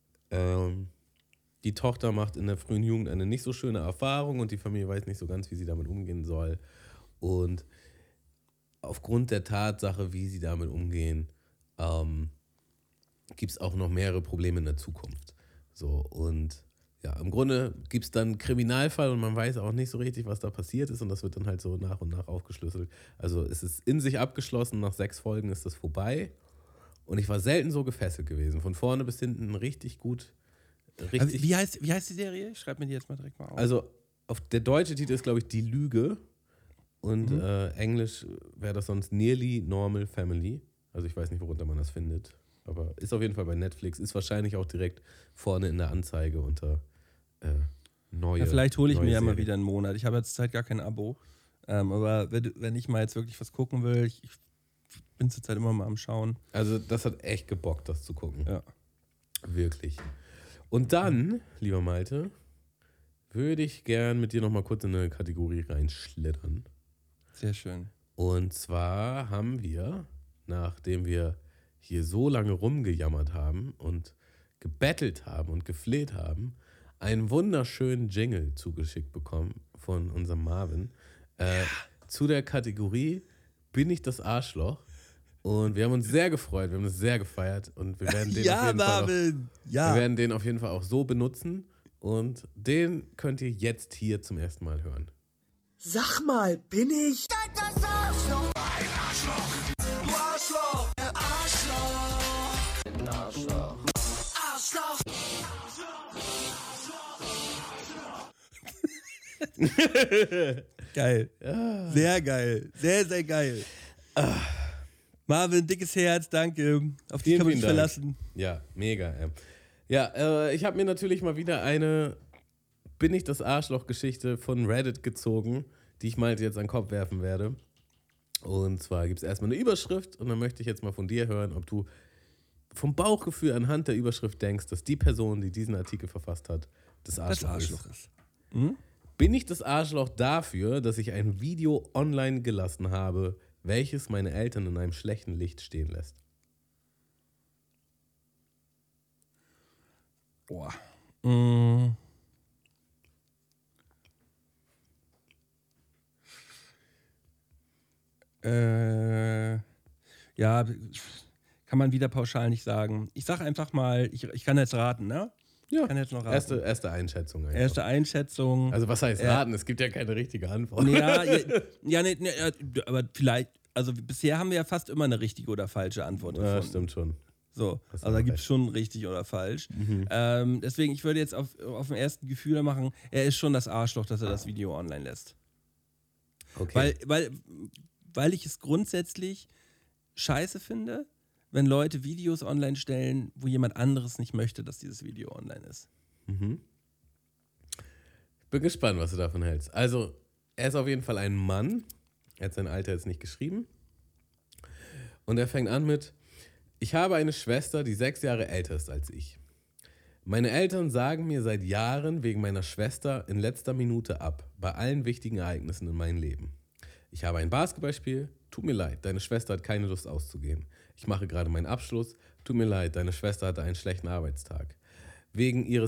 Die Tochter macht in der frühen Jugend eine nicht so schöne Erfahrung und die Familie weiß nicht so ganz, wie sie damit umgehen soll. Und aufgrund der Tatsache, wie sie damit umgehen, gibt es auch noch mehrere Probleme in der Zukunft. So, und ja, im Grunde gibt es dann einen Kriminalfall und man weiß auch nicht so richtig, was da passiert ist und das wird dann halt so nach und nach aufgeschlüsselt. Also es ist in sich abgeschlossen, nach 6 Folgen ist das vorbei und ich war selten so gefesselt gewesen. Von vorne bis hinten richtig gut. Richtig. Wie heißt die Serie? Ich schreibe mir die jetzt mal direkt mal auf. Also der deutsche Titel ist, glaube ich, Die Lüge und Englisch wäre das sonst Nearly Normal Family. Also ich weiß nicht, worunter man das findet. Aber ist auf jeden Fall bei Netflix. Ist wahrscheinlich auch direkt vorne in der Anzeige unter neue. Ja, vielleicht hole ich mir ja mal Serie. wieder einen Monat. Ich habe jetzt zurzeit gar kein Abo. Aber wenn ich mal jetzt wirklich was gucken will, ich bin zurzeit immer mal am Schauen. Also das hat echt gebockt, das zu gucken. Ja. Wirklich. Und dann, lieber Malte, würde ich gern mit dir nochmal kurz in eine Kategorie reinschlittern. Sehr schön. Und zwar haben wir, nachdem wir hier so lange rumgejammert haben und gebettelt haben und gefleht haben, einen wunderschönen Jingle zugeschickt bekommen von unserem Marvin zu der Kategorie Bin ich das Arschloch? Und wir haben uns sehr gefreut, wir haben es sehr gefeiert und wir werden den wir werden den auf jeden Fall auch so benutzen und den könnt ihr jetzt hier zum ersten Mal hören. Sag mal, bin ich? Das Arschloch. Ein Arschloch. Du Arschloch. Arschloch. Arschloch. Geil. Ja. Sehr geil. Sehr, sehr geil. Marvin, dickes Herz, danke. Auf dich kann man sich verlassen. Ja, mega. Ja, ich habe mir natürlich mal wieder eine Bin ich das Arschloch-Geschichte von Reddit gezogen, die ich mal jetzt an den Kopf werfen werde. Und zwar gibt es erstmal eine Überschrift und dann möchte ich jetzt mal von dir hören, ob du vom Bauchgefühl anhand der Überschrift denkst, dass die Person, die diesen Artikel verfasst hat, das Arschloch ist. Hm? Bin ich das Arschloch dafür, dass ich ein Video online gelassen habe, welches meine Eltern in einem schlechten Licht stehen lässt? Boah. Ja, kann man wieder pauschal nicht sagen. Ich sag einfach mal, ich kann jetzt raten, ne? Ja, ich kann jetzt noch raten. Erste Einschätzung einfach. Erste Einschätzung. Also was heißt raten? Es gibt ja keine richtige Antwort. Aber vielleicht, also bisher haben wir ja fast immer eine richtige oder falsche Antwort gefunden. Ja, stimmt schon. So, also da gibt es schon richtig oder falsch. Deswegen, ich würde jetzt auf dem ersten Gefühl machen, er ist schon das Arschloch, dass er das Video online lässt. Okay. Weil ich es grundsätzlich scheiße finde, wenn Leute Videos online stellen, wo jemand anderes nicht möchte, dass dieses Video online ist. Ich bin gespannt, was du davon hältst. Also, er ist auf jeden Fall ein Mann. Er hat sein Alter jetzt nicht geschrieben. Und er fängt an mit: Ich habe eine Schwester, die 6 Jahre älter ist als ich. Meine Eltern sagen mir seit Jahren wegen meiner Schwester in letzter Minute ab, bei allen wichtigen Ereignissen in meinem Leben. Ich habe ein Basketballspiel, tut mir leid, deine Schwester hat keine Lust auszugehen. Ich mache gerade meinen Abschluss, tut mir leid, deine Schwester hatte einen schlechten Arbeitstag. Wegen ihrer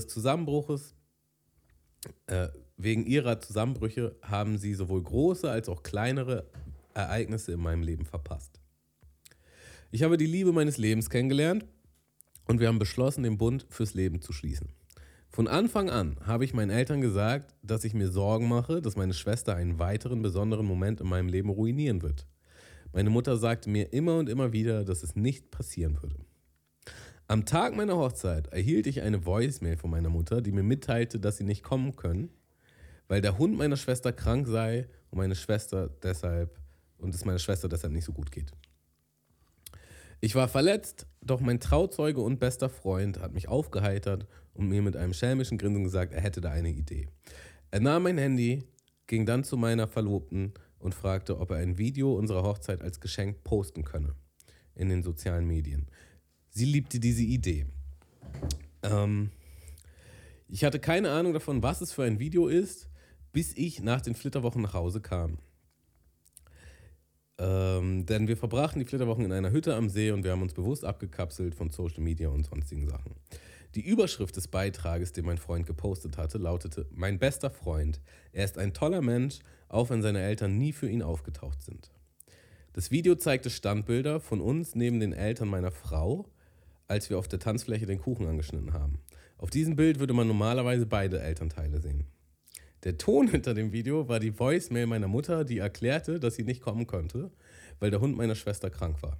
Zusammenbrüche haben sie sowohl große als auch kleinere Ereignisse in meinem Leben verpasst. Ich habe die Liebe meines Lebens kennengelernt und wir haben beschlossen, den Bund fürs Leben zu schließen. Von Anfang an habe ich meinen Eltern gesagt, dass ich mir Sorgen mache, dass meine Schwester einen weiteren besonderen Moment in meinem Leben ruinieren wird. Meine Mutter sagte mir immer und immer wieder, dass es nicht passieren würde. Am Tag meiner Hochzeit erhielt ich eine Voicemail von meiner Mutter, die mir mitteilte, dass sie nicht kommen können, weil der Hund meiner Schwester krank sei und es meiner Schwester deshalb nicht so gut geht. Ich war verletzt, doch mein Trauzeuge und bester Freund hat mich aufgeheitert und mir mit einem schelmischen Grinsen gesagt, er hätte da eine Idee. Er nahm mein Handy, ging dann zu meiner Verlobten und fragte, ob er ein Video unserer Hochzeit als Geschenk posten könne in den sozialen Medien. Sie liebte diese Idee. Ich hatte keine Ahnung davon, was es für ein Video ist, bis ich nach den Flitterwochen nach Hause kam. Denn wir verbrachten die Flitterwochen in einer Hütte am See und wir haben uns bewusst abgekapselt von Social Media und sonstigen Sachen. Die Überschrift des Beitrages, den mein Freund gepostet hatte, lautete: Mein bester Freund, er ist ein toller Mensch, auch wenn seine Eltern nie für ihn aufgetaucht sind. Das Video zeigte Standbilder von uns neben den Eltern meiner Frau, als wir auf der Tanzfläche den Kuchen angeschnitten haben. Auf diesem Bild würde man normalerweise beide Elternteile sehen. Der Ton hinter dem Video war die Voicemail meiner Mutter, die erklärte, dass sie nicht kommen konnte, weil der Hund meiner Schwester krank war.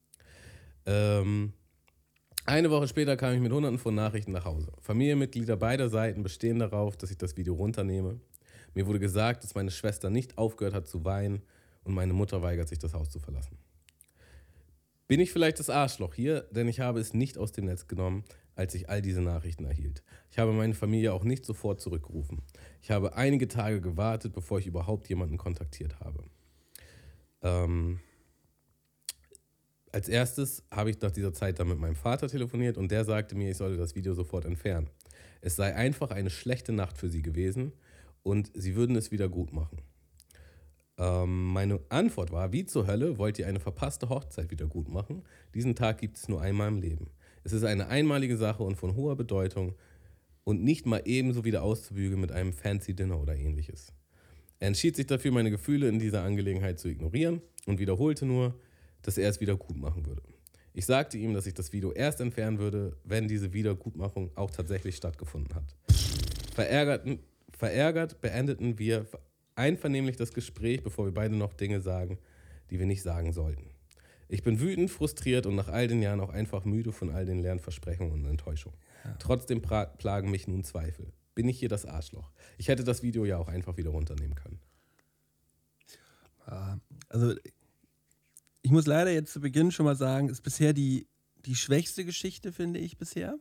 Eine Woche später kam ich mit Hunderten von Nachrichten nach Hause. Familienmitglieder beider Seiten bestehen darauf, dass ich das Video runternehme. Mir wurde gesagt, dass meine Schwester nicht aufgehört hat zu weinen und meine Mutter weigert sich, das Haus zu verlassen. Bin ich vielleicht das Arschloch hier, denn ich habe es nicht aus dem Netz genommen, als ich all diese Nachrichten erhielt. Ich habe meine Familie auch nicht sofort zurückgerufen. Ich habe einige Tage gewartet, bevor ich überhaupt jemanden kontaktiert habe. Als erstes habe ich nach dieser Zeit dann mit meinem Vater telefoniert und der sagte mir, ich solle das Video sofort entfernen. Es sei einfach eine schlechte Nacht für sie gewesen und sie würden es wieder gut machen. Meine Antwort war: Wie zur Hölle wollt ihr eine verpasste Hochzeit wieder gut machen? Diesen Tag gibt es nur einmal im Leben. Es ist eine einmalige Sache und von hoher Bedeutung und nicht mal ebenso wieder auszubügeln mit einem fancy Dinner oder ähnliches. Er entschied sich dafür, meine Gefühle in dieser Angelegenheit zu ignorieren und wiederholte nur, dass er es wieder gut machen würde. Ich sagte ihm, dass ich das Video erst entfernen würde, wenn diese Wiedergutmachung auch tatsächlich stattgefunden hat. Verärgert beendeten wir einvernehmlich das Gespräch, bevor wir beide noch Dinge sagen, die wir nicht sagen sollten. Ich bin wütend, frustriert und nach all den Jahren auch einfach müde von all den leeren Versprechungen und Enttäuschungen. Ja. Trotzdem plagen mich nun Zweifel. Bin ich hier das Arschloch? Ich hätte das Video ja auch einfach wieder runternehmen können. Also ich muss leider jetzt zu Beginn schon mal sagen, ist bisher die schwächste Geschichte, finde ich bisher.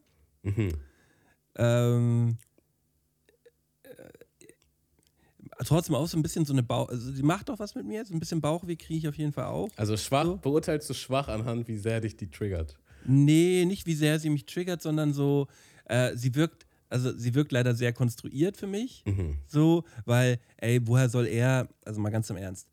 Trotzdem auch so ein bisschen so eine also die macht doch was mit mir, so ein bisschen Bauchweh kriege ich auf jeden Fall auch. Also schwach, so. Beurteilst du schwach anhand, wie sehr dich die triggert? Nee, nicht wie sehr sie mich triggert, sondern so, sie wirkt leider sehr konstruiert für mich. So, weil, woher soll er, also mal ganz im Ernst,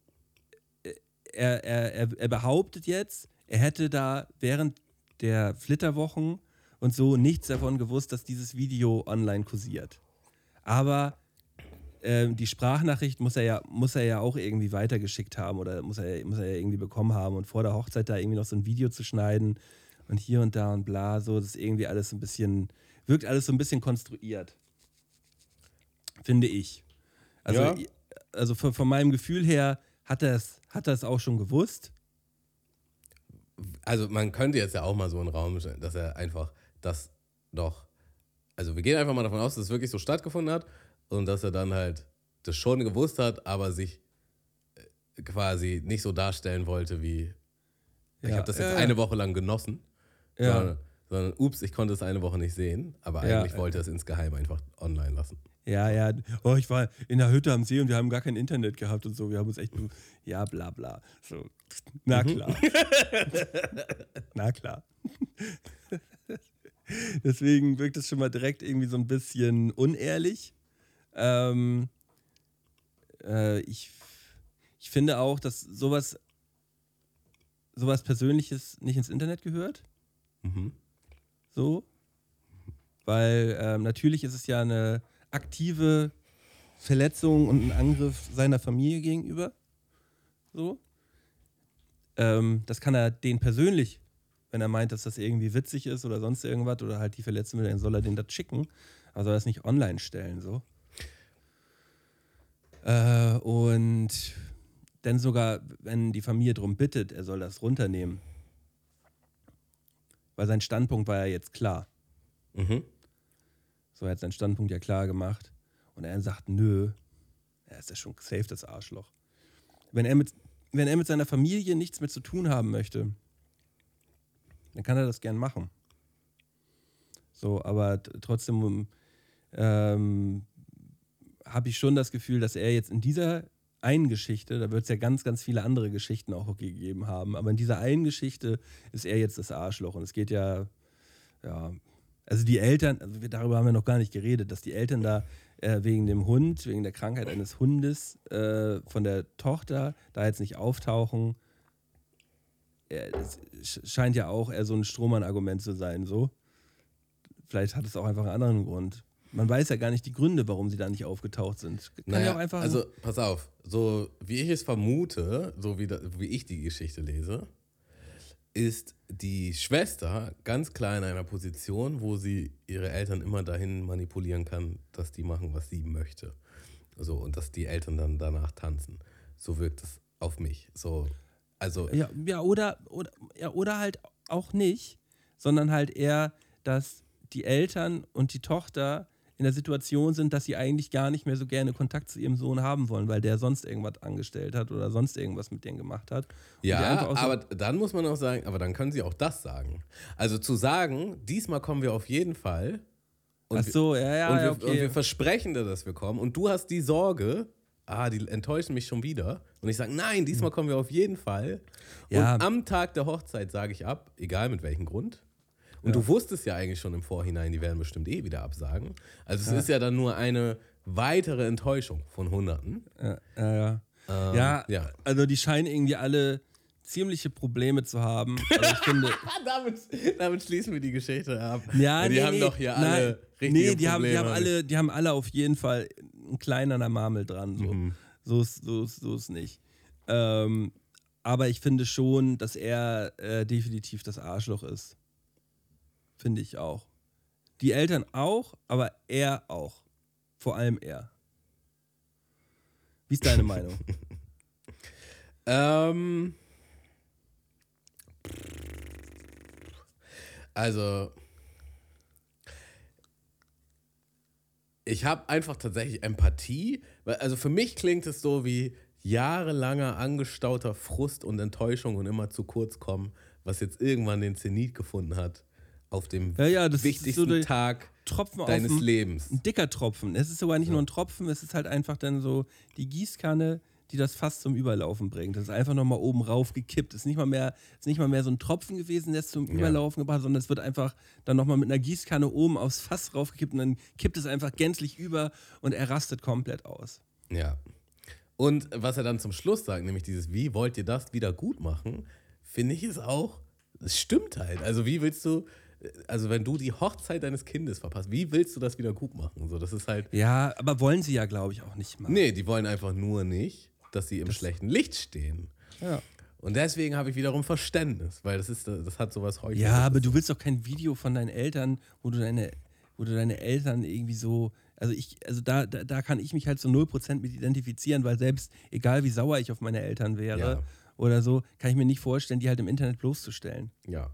er behauptet jetzt, er hätte da während der Flitterwochen und so nichts davon gewusst, dass dieses Video online kursiert. Aber die Sprachnachricht muss er ja auch irgendwie weitergeschickt haben oder muss er ja irgendwie bekommen haben und vor der Hochzeit da irgendwie noch so ein Video zu schneiden und hier und da und bla, so, das ist irgendwie alles so ein bisschen, wirkt alles so ein bisschen konstruiert. Finde ich. Also, ja. Also von meinem Gefühl her hat er es auch schon gewusst. Also man könnte jetzt ja auch mal so einen Raum stellen, dass er einfach das doch, also wir gehen einfach mal davon aus, dass es wirklich so stattgefunden hat und dass er dann halt das schon gewusst hat, aber sich quasi nicht so darstellen wollte wie, ich Ja, habe das jetzt ja. eine Woche lang genossen, Ja. sondern ups, ich konnte es eine Woche nicht sehen, aber eigentlich wollte er es insgeheim einfach online lassen. Ja. Oh, ich war in der Hütte am See und wir haben gar kein Internet gehabt und so. Wir haben uns echt, ja, bla bla. So, na klar. Na klar. Deswegen wirkt es schon mal direkt irgendwie so ein bisschen unehrlich. Ich finde auch, dass sowas Persönliches nicht ins Internet gehört. So. Weil natürlich ist es ja eine aktive Verletzung und ein Angriff seiner Familie gegenüber. So. Das kann er denen persönlich, wenn er meint, dass das irgendwie witzig ist oder sonst irgendwas oder halt die Verletzung will, dann soll er denen das schicken. Aber soll er das nicht online stellen, so. Und dann sogar, wenn die Familie darum bittet, er soll das runternehmen. Weil sein Standpunkt war ja jetzt klar. So, er hat seinen Standpunkt ja klar gemacht. Und er sagt, nö, er ist ja schon safe, das Arschloch. Wenn er mit seiner Familie nichts mehr zu tun haben möchte, dann kann er das gern machen. So, aber trotzdem habe ich schon das Gefühl, dass er jetzt in dieser einen Geschichte, da wird es ja ganz, ganz viele andere Geschichten auch gegeben haben, aber in dieser einen Geschichte ist er jetzt das Arschloch. Und es geht ja, also die Eltern, darüber haben wir noch gar nicht geredet, dass die Eltern da wegen dem Hund, wegen der Krankheit eines Hundes von der Tochter da jetzt nicht auftauchen. Es scheint ja auch eher so ein Strohmann-Argument zu sein, so. Vielleicht hat es auch einfach einen anderen Grund. Man weiß ja gar nicht die Gründe, warum sie da nicht aufgetaucht sind. Kann ja auch einfach also pass auf, so wie ich es vermute, so wie ich die Geschichte lese, ist die Schwester ganz klar in einer Position, wo sie ihre Eltern immer dahin manipulieren kann, dass die machen, was sie möchte. So, und dass die Eltern dann danach tanzen. So wirkt es auf mich. So, also oder halt auch nicht, sondern halt eher, dass die Eltern und die Tochter in der Situation sind, dass sie eigentlich gar nicht mehr so gerne Kontakt zu ihrem Sohn haben wollen, weil der sonst irgendwas angestellt hat oder sonst irgendwas mit denen gemacht hat. Ja, aber dann muss man auch sagen, aber dann können sie auch das sagen. Also zu sagen, diesmal kommen wir auf jeden Fall. Und ach so, okay. Und wir versprechen dir, dass wir kommen. Und du hast die Sorge, die enttäuschen mich schon wieder. Und ich sage, nein, diesmal kommen wir auf jeden Fall. Ja. Und am Tag der Hochzeit sage ich ab, egal mit welchem Grund. Und du wusstest ja eigentlich schon im Vorhinein, die werden bestimmt wieder absagen. Also es ist ja dann nur eine weitere Enttäuschung von Hunderten. Ja, also die scheinen irgendwie alle ziemliche Probleme zu haben. Also ich finde, damit schließen wir die Geschichte ab. ja, die haben doch hier alle richtige Probleme. Die haben alle auf jeden Fall einen kleinen an der Marmel dran. So ist nicht. Aber ich finde schon, dass er definitiv das Arschloch ist. Finde ich auch. Die Eltern auch, aber er auch. Vor allem er. Wie ist deine Meinung? Also, ich habe einfach tatsächlich Empathie, weil, also für mich klingt es so wie jahrelanger angestauter Frust und Enttäuschung und immer zu kurz kommen, was jetzt irgendwann den Zenit gefunden hat auf dem das wichtigsten ist so Tag Tropfen deines auf Lebens. Ein dicker Tropfen. Es ist sogar nicht nur ein Tropfen, es ist halt einfach dann so die Gießkanne, die das fast zum Überlaufen bringt. Das ist einfach nochmal oben rauf gekippt. Es ist nicht mal mehr so ein Tropfen gewesen, der es zum Überlaufen gebracht hat, sondern es wird einfach dann nochmal mit einer Gießkanne oben aufs Fass raufgekippt und dann kippt es einfach gänzlich über und er rastet komplett aus. Ja. Und was er dann zum Schluss sagt, nämlich dieses, wie wollt ihr das wieder gut machen, finde ich es auch, es stimmt halt. Also wie willst du, also wenn du die Hochzeit deines Kindes verpasst, wie willst du das wieder gut machen? So, das ist halt. Ja, aber wollen sie ja, glaube ich, auch nicht machen. Nee, die wollen einfach nur nicht, dass sie im schlechten Licht stehen. Ja. Und deswegen habe ich wiederum Verständnis, weil das hat sowas Heuchlerisches. Ja, aber du willst doch kein Video von deinen Eltern, wo du deine Eltern irgendwie so, da kann ich mich halt so 0% mit identifizieren, weil selbst, egal wie sauer ich auf meine Eltern wäre oder so, kann ich mir nicht vorstellen, die halt im Internet bloßzustellen. Ja.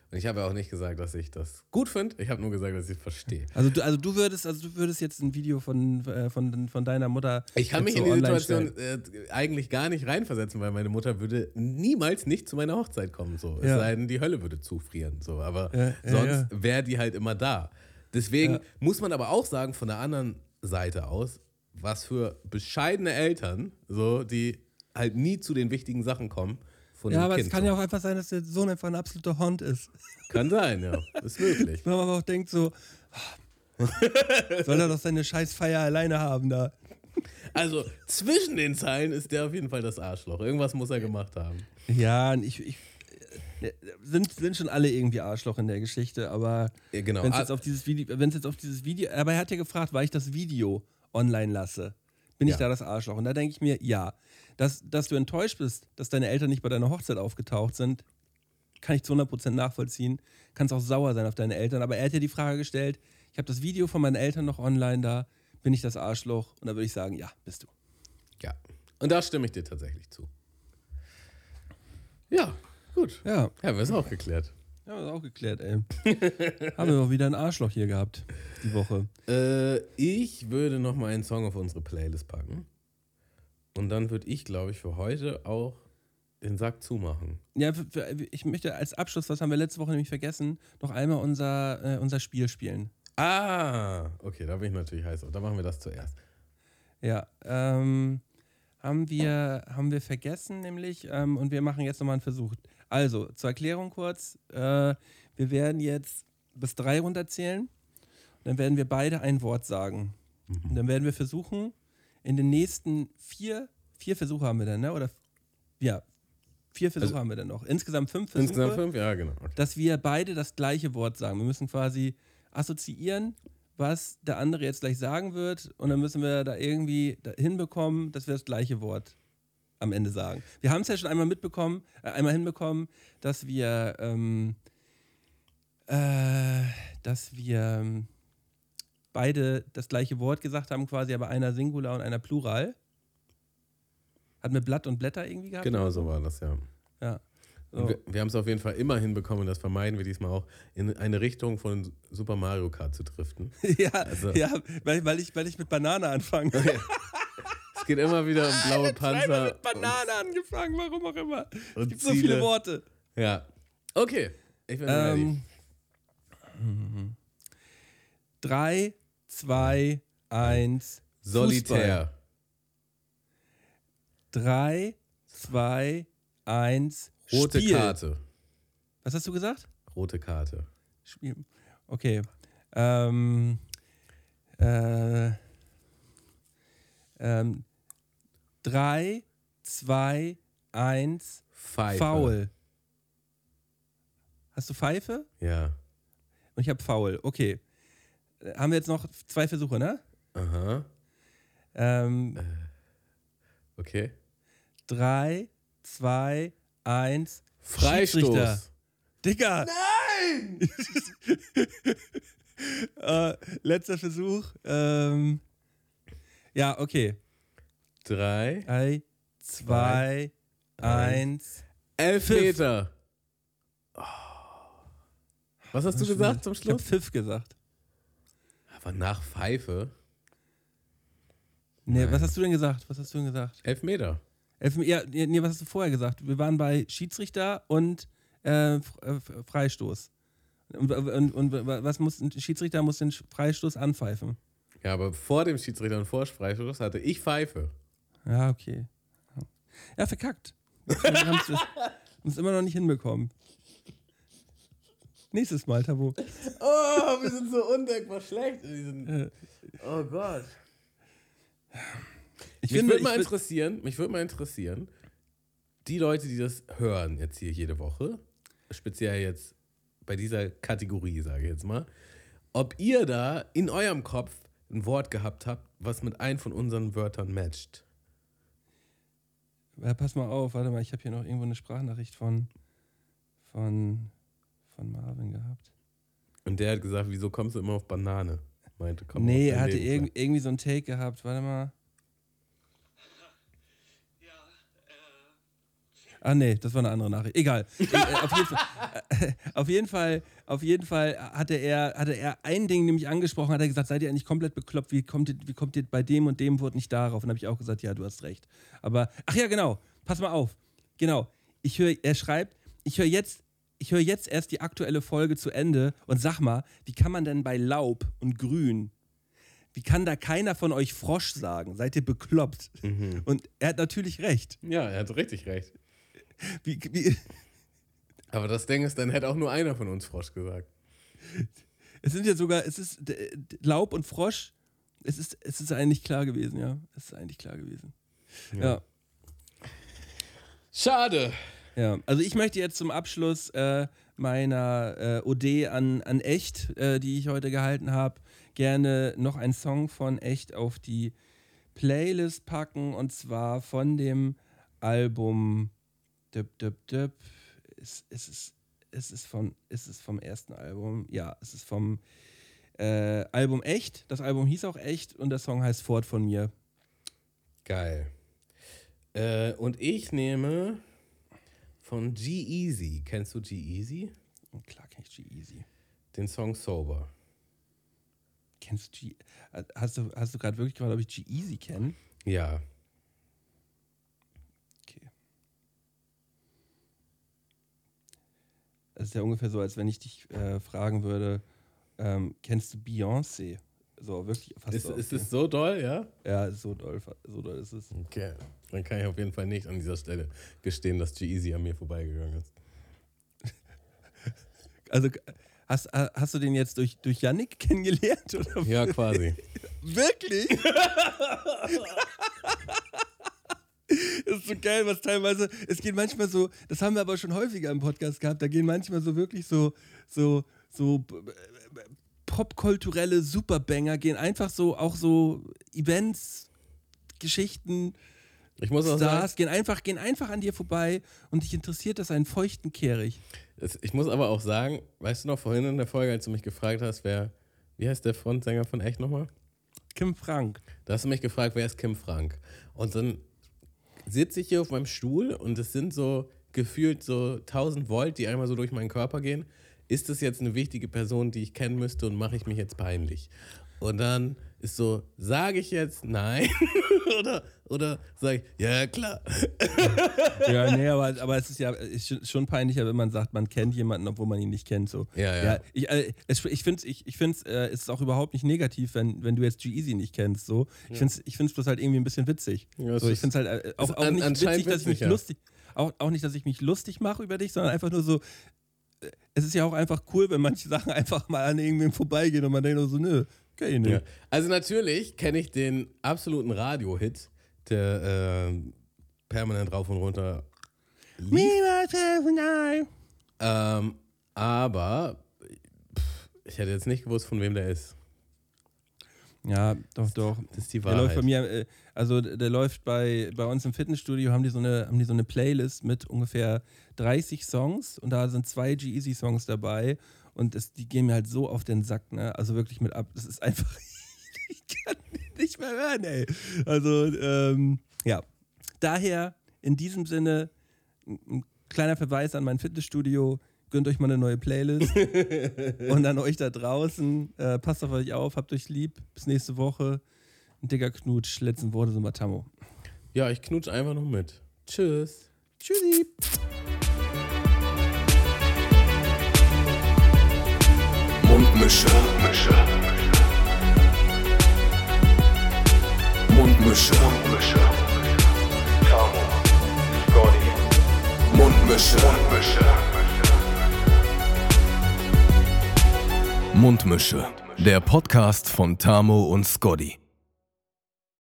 Und ich habe ja auch nicht gesagt, dass ich das gut finde. Ich habe nur gesagt, dass ich es verstehe. Also du würdest jetzt ein Video von deiner Mutter. Ich kann mich jetzt in so die online Situation stellen. eigentlich gar nicht reinversetzen, weil meine Mutter würde niemals nicht zu meiner Hochzeit kommen. So. Es Ja. sei denn, die Hölle würde zufrieren. So. Aber Ja, sonst wäre die halt immer da. Deswegen Ja. muss man aber auch sagen, von der anderen Seite aus, was für bescheidene Eltern, so, die halt nie zu den wichtigen Sachen kommen. Von Ja, dem aber kind, es kann so. ja auch einfach sein, dass der Sohn einfach ein absoluter Hond ist. Kann sein, ja. Ist möglich. Wenn man aber auch denkt so, soll er doch seine scheiß Feier alleine haben da. Also zwischen den Zeilen ist der auf jeden Fall das Arschloch. Irgendwas muss er gemacht haben. Ja, und sind schon alle irgendwie Arschloch in der Geschichte, aber Ja, genau. wenn es jetzt auf dieses Video, aber er hat ja gefragt, weil ich das Video online lasse, bin ich Ja. da das Arschloch? Und da denke ich mir, ja, dass du enttäuscht bist, dass deine Eltern nicht bei deiner Hochzeit aufgetaucht sind, kann ich zu 100% nachvollziehen. Kannst auch sauer sein auf deine Eltern, aber er hat ja die Frage gestellt, ich habe das Video von meinen Eltern noch online da, bin ich das Arschloch? Und da würde ich sagen, ja, bist du. Ja. Und da stimme ich dir tatsächlich zu. Ja, gut. Ja, Ja, wir sind auch geklärt. ja, das ist auch geklärt, ey. Haben wir auch wieder ein Arschloch hier gehabt, die Woche. Ich würde noch mal einen Song auf unsere Playlist packen. Und dann würde ich, glaube ich, für heute auch den Sack zumachen. Ja, ich möchte als Abschluss, was haben wir letzte Woche nämlich vergessen, noch einmal unser Spiel spielen. Ah, okay, da bin ich natürlich heiß auf. Da machen wir das zuerst. Ja, haben wir vergessen nämlich und wir machen jetzt nochmal einen Versuch. Also, zur Erklärung kurz, wir werden jetzt bis 3 runterzählen, dann werden wir beide ein Wort sagen. Und dann werden wir versuchen, in den nächsten vier Versuche haben wir dann, ne? Oder, ja, 4 Versuche haben wir dann noch. Insgesamt 5 Versuche. Insgesamt 5? Ja, genau. Okay. Dass wir beide das gleiche Wort sagen. Wir müssen quasi assoziieren, was der andere jetzt gleich sagen wird und dann müssen wir da irgendwie hinbekommen, dass wir das gleiche Wort am Ende sagen. Wir haben es ja schon einmal hinbekommen, dass wir beide das gleiche Wort gesagt haben, quasi, aber einer Singular und einer Plural. Hatten wir Blatt und Blätter irgendwie gehabt? Genau so war das, ja. Ja. So. Und wir haben es auf jeden Fall immer hinbekommen, und das vermeiden wir diesmal auch, in eine Richtung von Super Mario Kart zu driften. Ja, Also- ja, weil ich mit Banane anfange. Es geht immer wieder um blaue Panzer. Mit Banane angefangen, warum auch immer. und Es gibt so viele Ziele. Worte. Ja. Okay, ich bin ready. 3, 2, 1. Solitär. 3, 2, 1. Rote Spiel. Karte. Was hast du gesagt? Rote Karte. Spiel. Okay. 3, 2, 1. Pfeife. Foul. Hast du Pfeife? Ja. Und ich habe Foul. Okay. Haben wir jetzt noch 2 Versuche, ne? Aha. Okay. 3, 2, 1. Schiedsrichter. Freistoß. Digga! Nein! Letzter Versuch. Ja, okay. 3. 3, 2, 1. Elfmeter. Oh. Was hast du gesagt zum Ich habe Schluss? Pfiff gesagt. Aber nach Pfeife. Nee, Nein. was hast du denn gesagt? Elfmeter. Ja, nee, was hast du vorher gesagt? Wir waren bei Schiedsrichter und Freistoß. Und was muss ein Schiedsrichter muss den Freistoß anpfeifen? Ja, aber vor dem Schiedsrichter und vor Freistoß hatte ich Pfeife. Ja, okay. Ja, verkackt. Wir haben es immer noch nicht hinbekommen. Nächstes Mal, Tabo. Oh, wir sind so undenkbar schlecht. Oh Gott. Mich würde mal interessieren, die Leute, die das hören jetzt hier jede Woche, speziell jetzt bei dieser Kategorie, sage ich jetzt mal, ob ihr da in eurem Kopf ein Wort gehabt habt, was mit einem von unseren Wörtern matcht. Ja, pass mal auf, warte mal, ich habe hier noch irgendwo eine Sprachnachricht von Marvin gehabt. Und der hat gesagt, wieso kommst du immer auf Banane? Meinte, komm Nee, auf dein er hatte Leben. irgendwie so einen Take gehabt, warte mal. Ah nee, das war eine andere Nachricht. Egal. Auf jeden Fall hatte er ein Ding nämlich angesprochen, hat er gesagt, seid ihr eigentlich komplett bekloppt, wie kommt ihr bei dem und dem Wort nicht darauf? Und dann habe ich auch gesagt, ja, du hast recht. Aber, ach ja, genau, pass mal auf. Genau, er schreibt, ich höre jetzt erst die aktuelle Folge zu Ende und sag mal, wie kann man denn bei Laub und Grün, wie kann da keiner von euch Frosch sagen? Seid ihr bekloppt? Mhm. Und er hat natürlich recht. Ja, er hat richtig recht. Wie Aber das Ding ist, dann hätte auch nur einer von uns Frosch gesagt. es sind ja sogar, es ist Laub und Frosch, es ist eigentlich klar gewesen, ja. Es ist eigentlich klar gewesen. Ja. Schade. Ja, also ich möchte jetzt zum Abschluss meiner Ode an Echt, die ich heute gehalten habe, gerne noch einen Song von Echt auf die Playlist packen, und zwar von dem Album Ist es vom ersten Album? Ja, es ist vom Album Echt. Das Album hieß auch Echt und der Song heißt Fort von mir. Geil. Und ich nehme von G-Eazy. Kennst du G-Eazy? Klar kenn ich G-Eazy. Den Song Sober. Kennst du Hast du gerade wirklich gefragt, ob ich G-Eazy kenne? Ja. Okay. Das ist ja ungefähr so, als wenn ich dich fragen würde, kennst du Beyoncé? So, wirklich fast Ist es so doll, ja? Ja, so doll ist es. Okay. Dann kann ich auf jeden Fall nicht an dieser Stelle gestehen, dass G-Eazy an mir vorbeigegangen ist. Also, hast du den jetzt durch Yannick kennengelernt? Oder? Ja, quasi. Wirklich? Das ist so geil, was teilweise, es geht manchmal so, das haben wir aber schon häufiger im Podcast gehabt, da gehen manchmal so wirklich so popkulturelle Superbanger, gehen einfach so, auch so Events, Geschichten, Ich muss auch Stars, sagen, gehen einfach an dir vorbei und dich interessiert das einen feuchten Kehricht. ich muss aber auch sagen, weißt du noch, vorhin in der Folge, als du mich gefragt hast, wie heißt der Frontsänger von Echt nochmal? Kim Frank. Da hast du mich gefragt, wer ist Kim Frank? Und dann sitze ich hier auf meinem Stuhl und es sind so gefühlt so 1000 Volt, die einmal so durch meinen Körper gehen. Ist das jetzt eine wichtige Person, die ich kennen müsste, und mache ich mich jetzt peinlich? Und dann ist so, sage ich jetzt nein? oder sage ich, ja klar. Ja, nee, aber es ist ja schon peinlicher, wenn man sagt, man kennt jemanden, obwohl man ihn nicht kennt. So. Ja. Ich finde es ist auch überhaupt nicht negativ, wenn du jetzt G-Eazy nicht kennst. So. Ich finde es bloß halt irgendwie ein bisschen witzig. Ja, so, ich finde es halt auch nicht witzig, dass ich mich lustig, auch nicht, dass ich mich lustig mache über dich, sondern einfach nur so, es ist ja auch einfach cool, wenn manche Sachen einfach mal an irgendwem vorbeigehen und man denkt so, nö, kenn ich nicht. Ja. Also natürlich kenne ich den absoluten Radio-Hit, der permanent rauf und runter lief. Aber ich hätte jetzt nicht gewusst, von wem der ist. Ja, doch. Das ist die Der Wahrheit. läuft bei mir, der läuft bei uns im Fitnessstudio, haben die so eine Playlist mit ungefähr 30 Songs und da sind 2 G-Eazy-Songs dabei und die gehen mir halt so auf den Sack, ne? Also wirklich mit ab. Das ist einfach, ich kann nicht mehr hören, ey. Also, ja. Daher, in diesem Sinne, ein kleiner Verweis an mein Fitnessstudio. Gönnt euch mal eine neue Playlist. Und an euch da draußen, passt auf euch auf, habt euch lieb. Bis nächste Woche. Ein dicker Knutsch. Letzten Worte sind Matamo. Ja, ich knutsch einfach noch mit. Tschüss. Tschüssi. Mundmische. Tamo, Scotty, Mundmische. Der Podcast von Tamo und Scotty.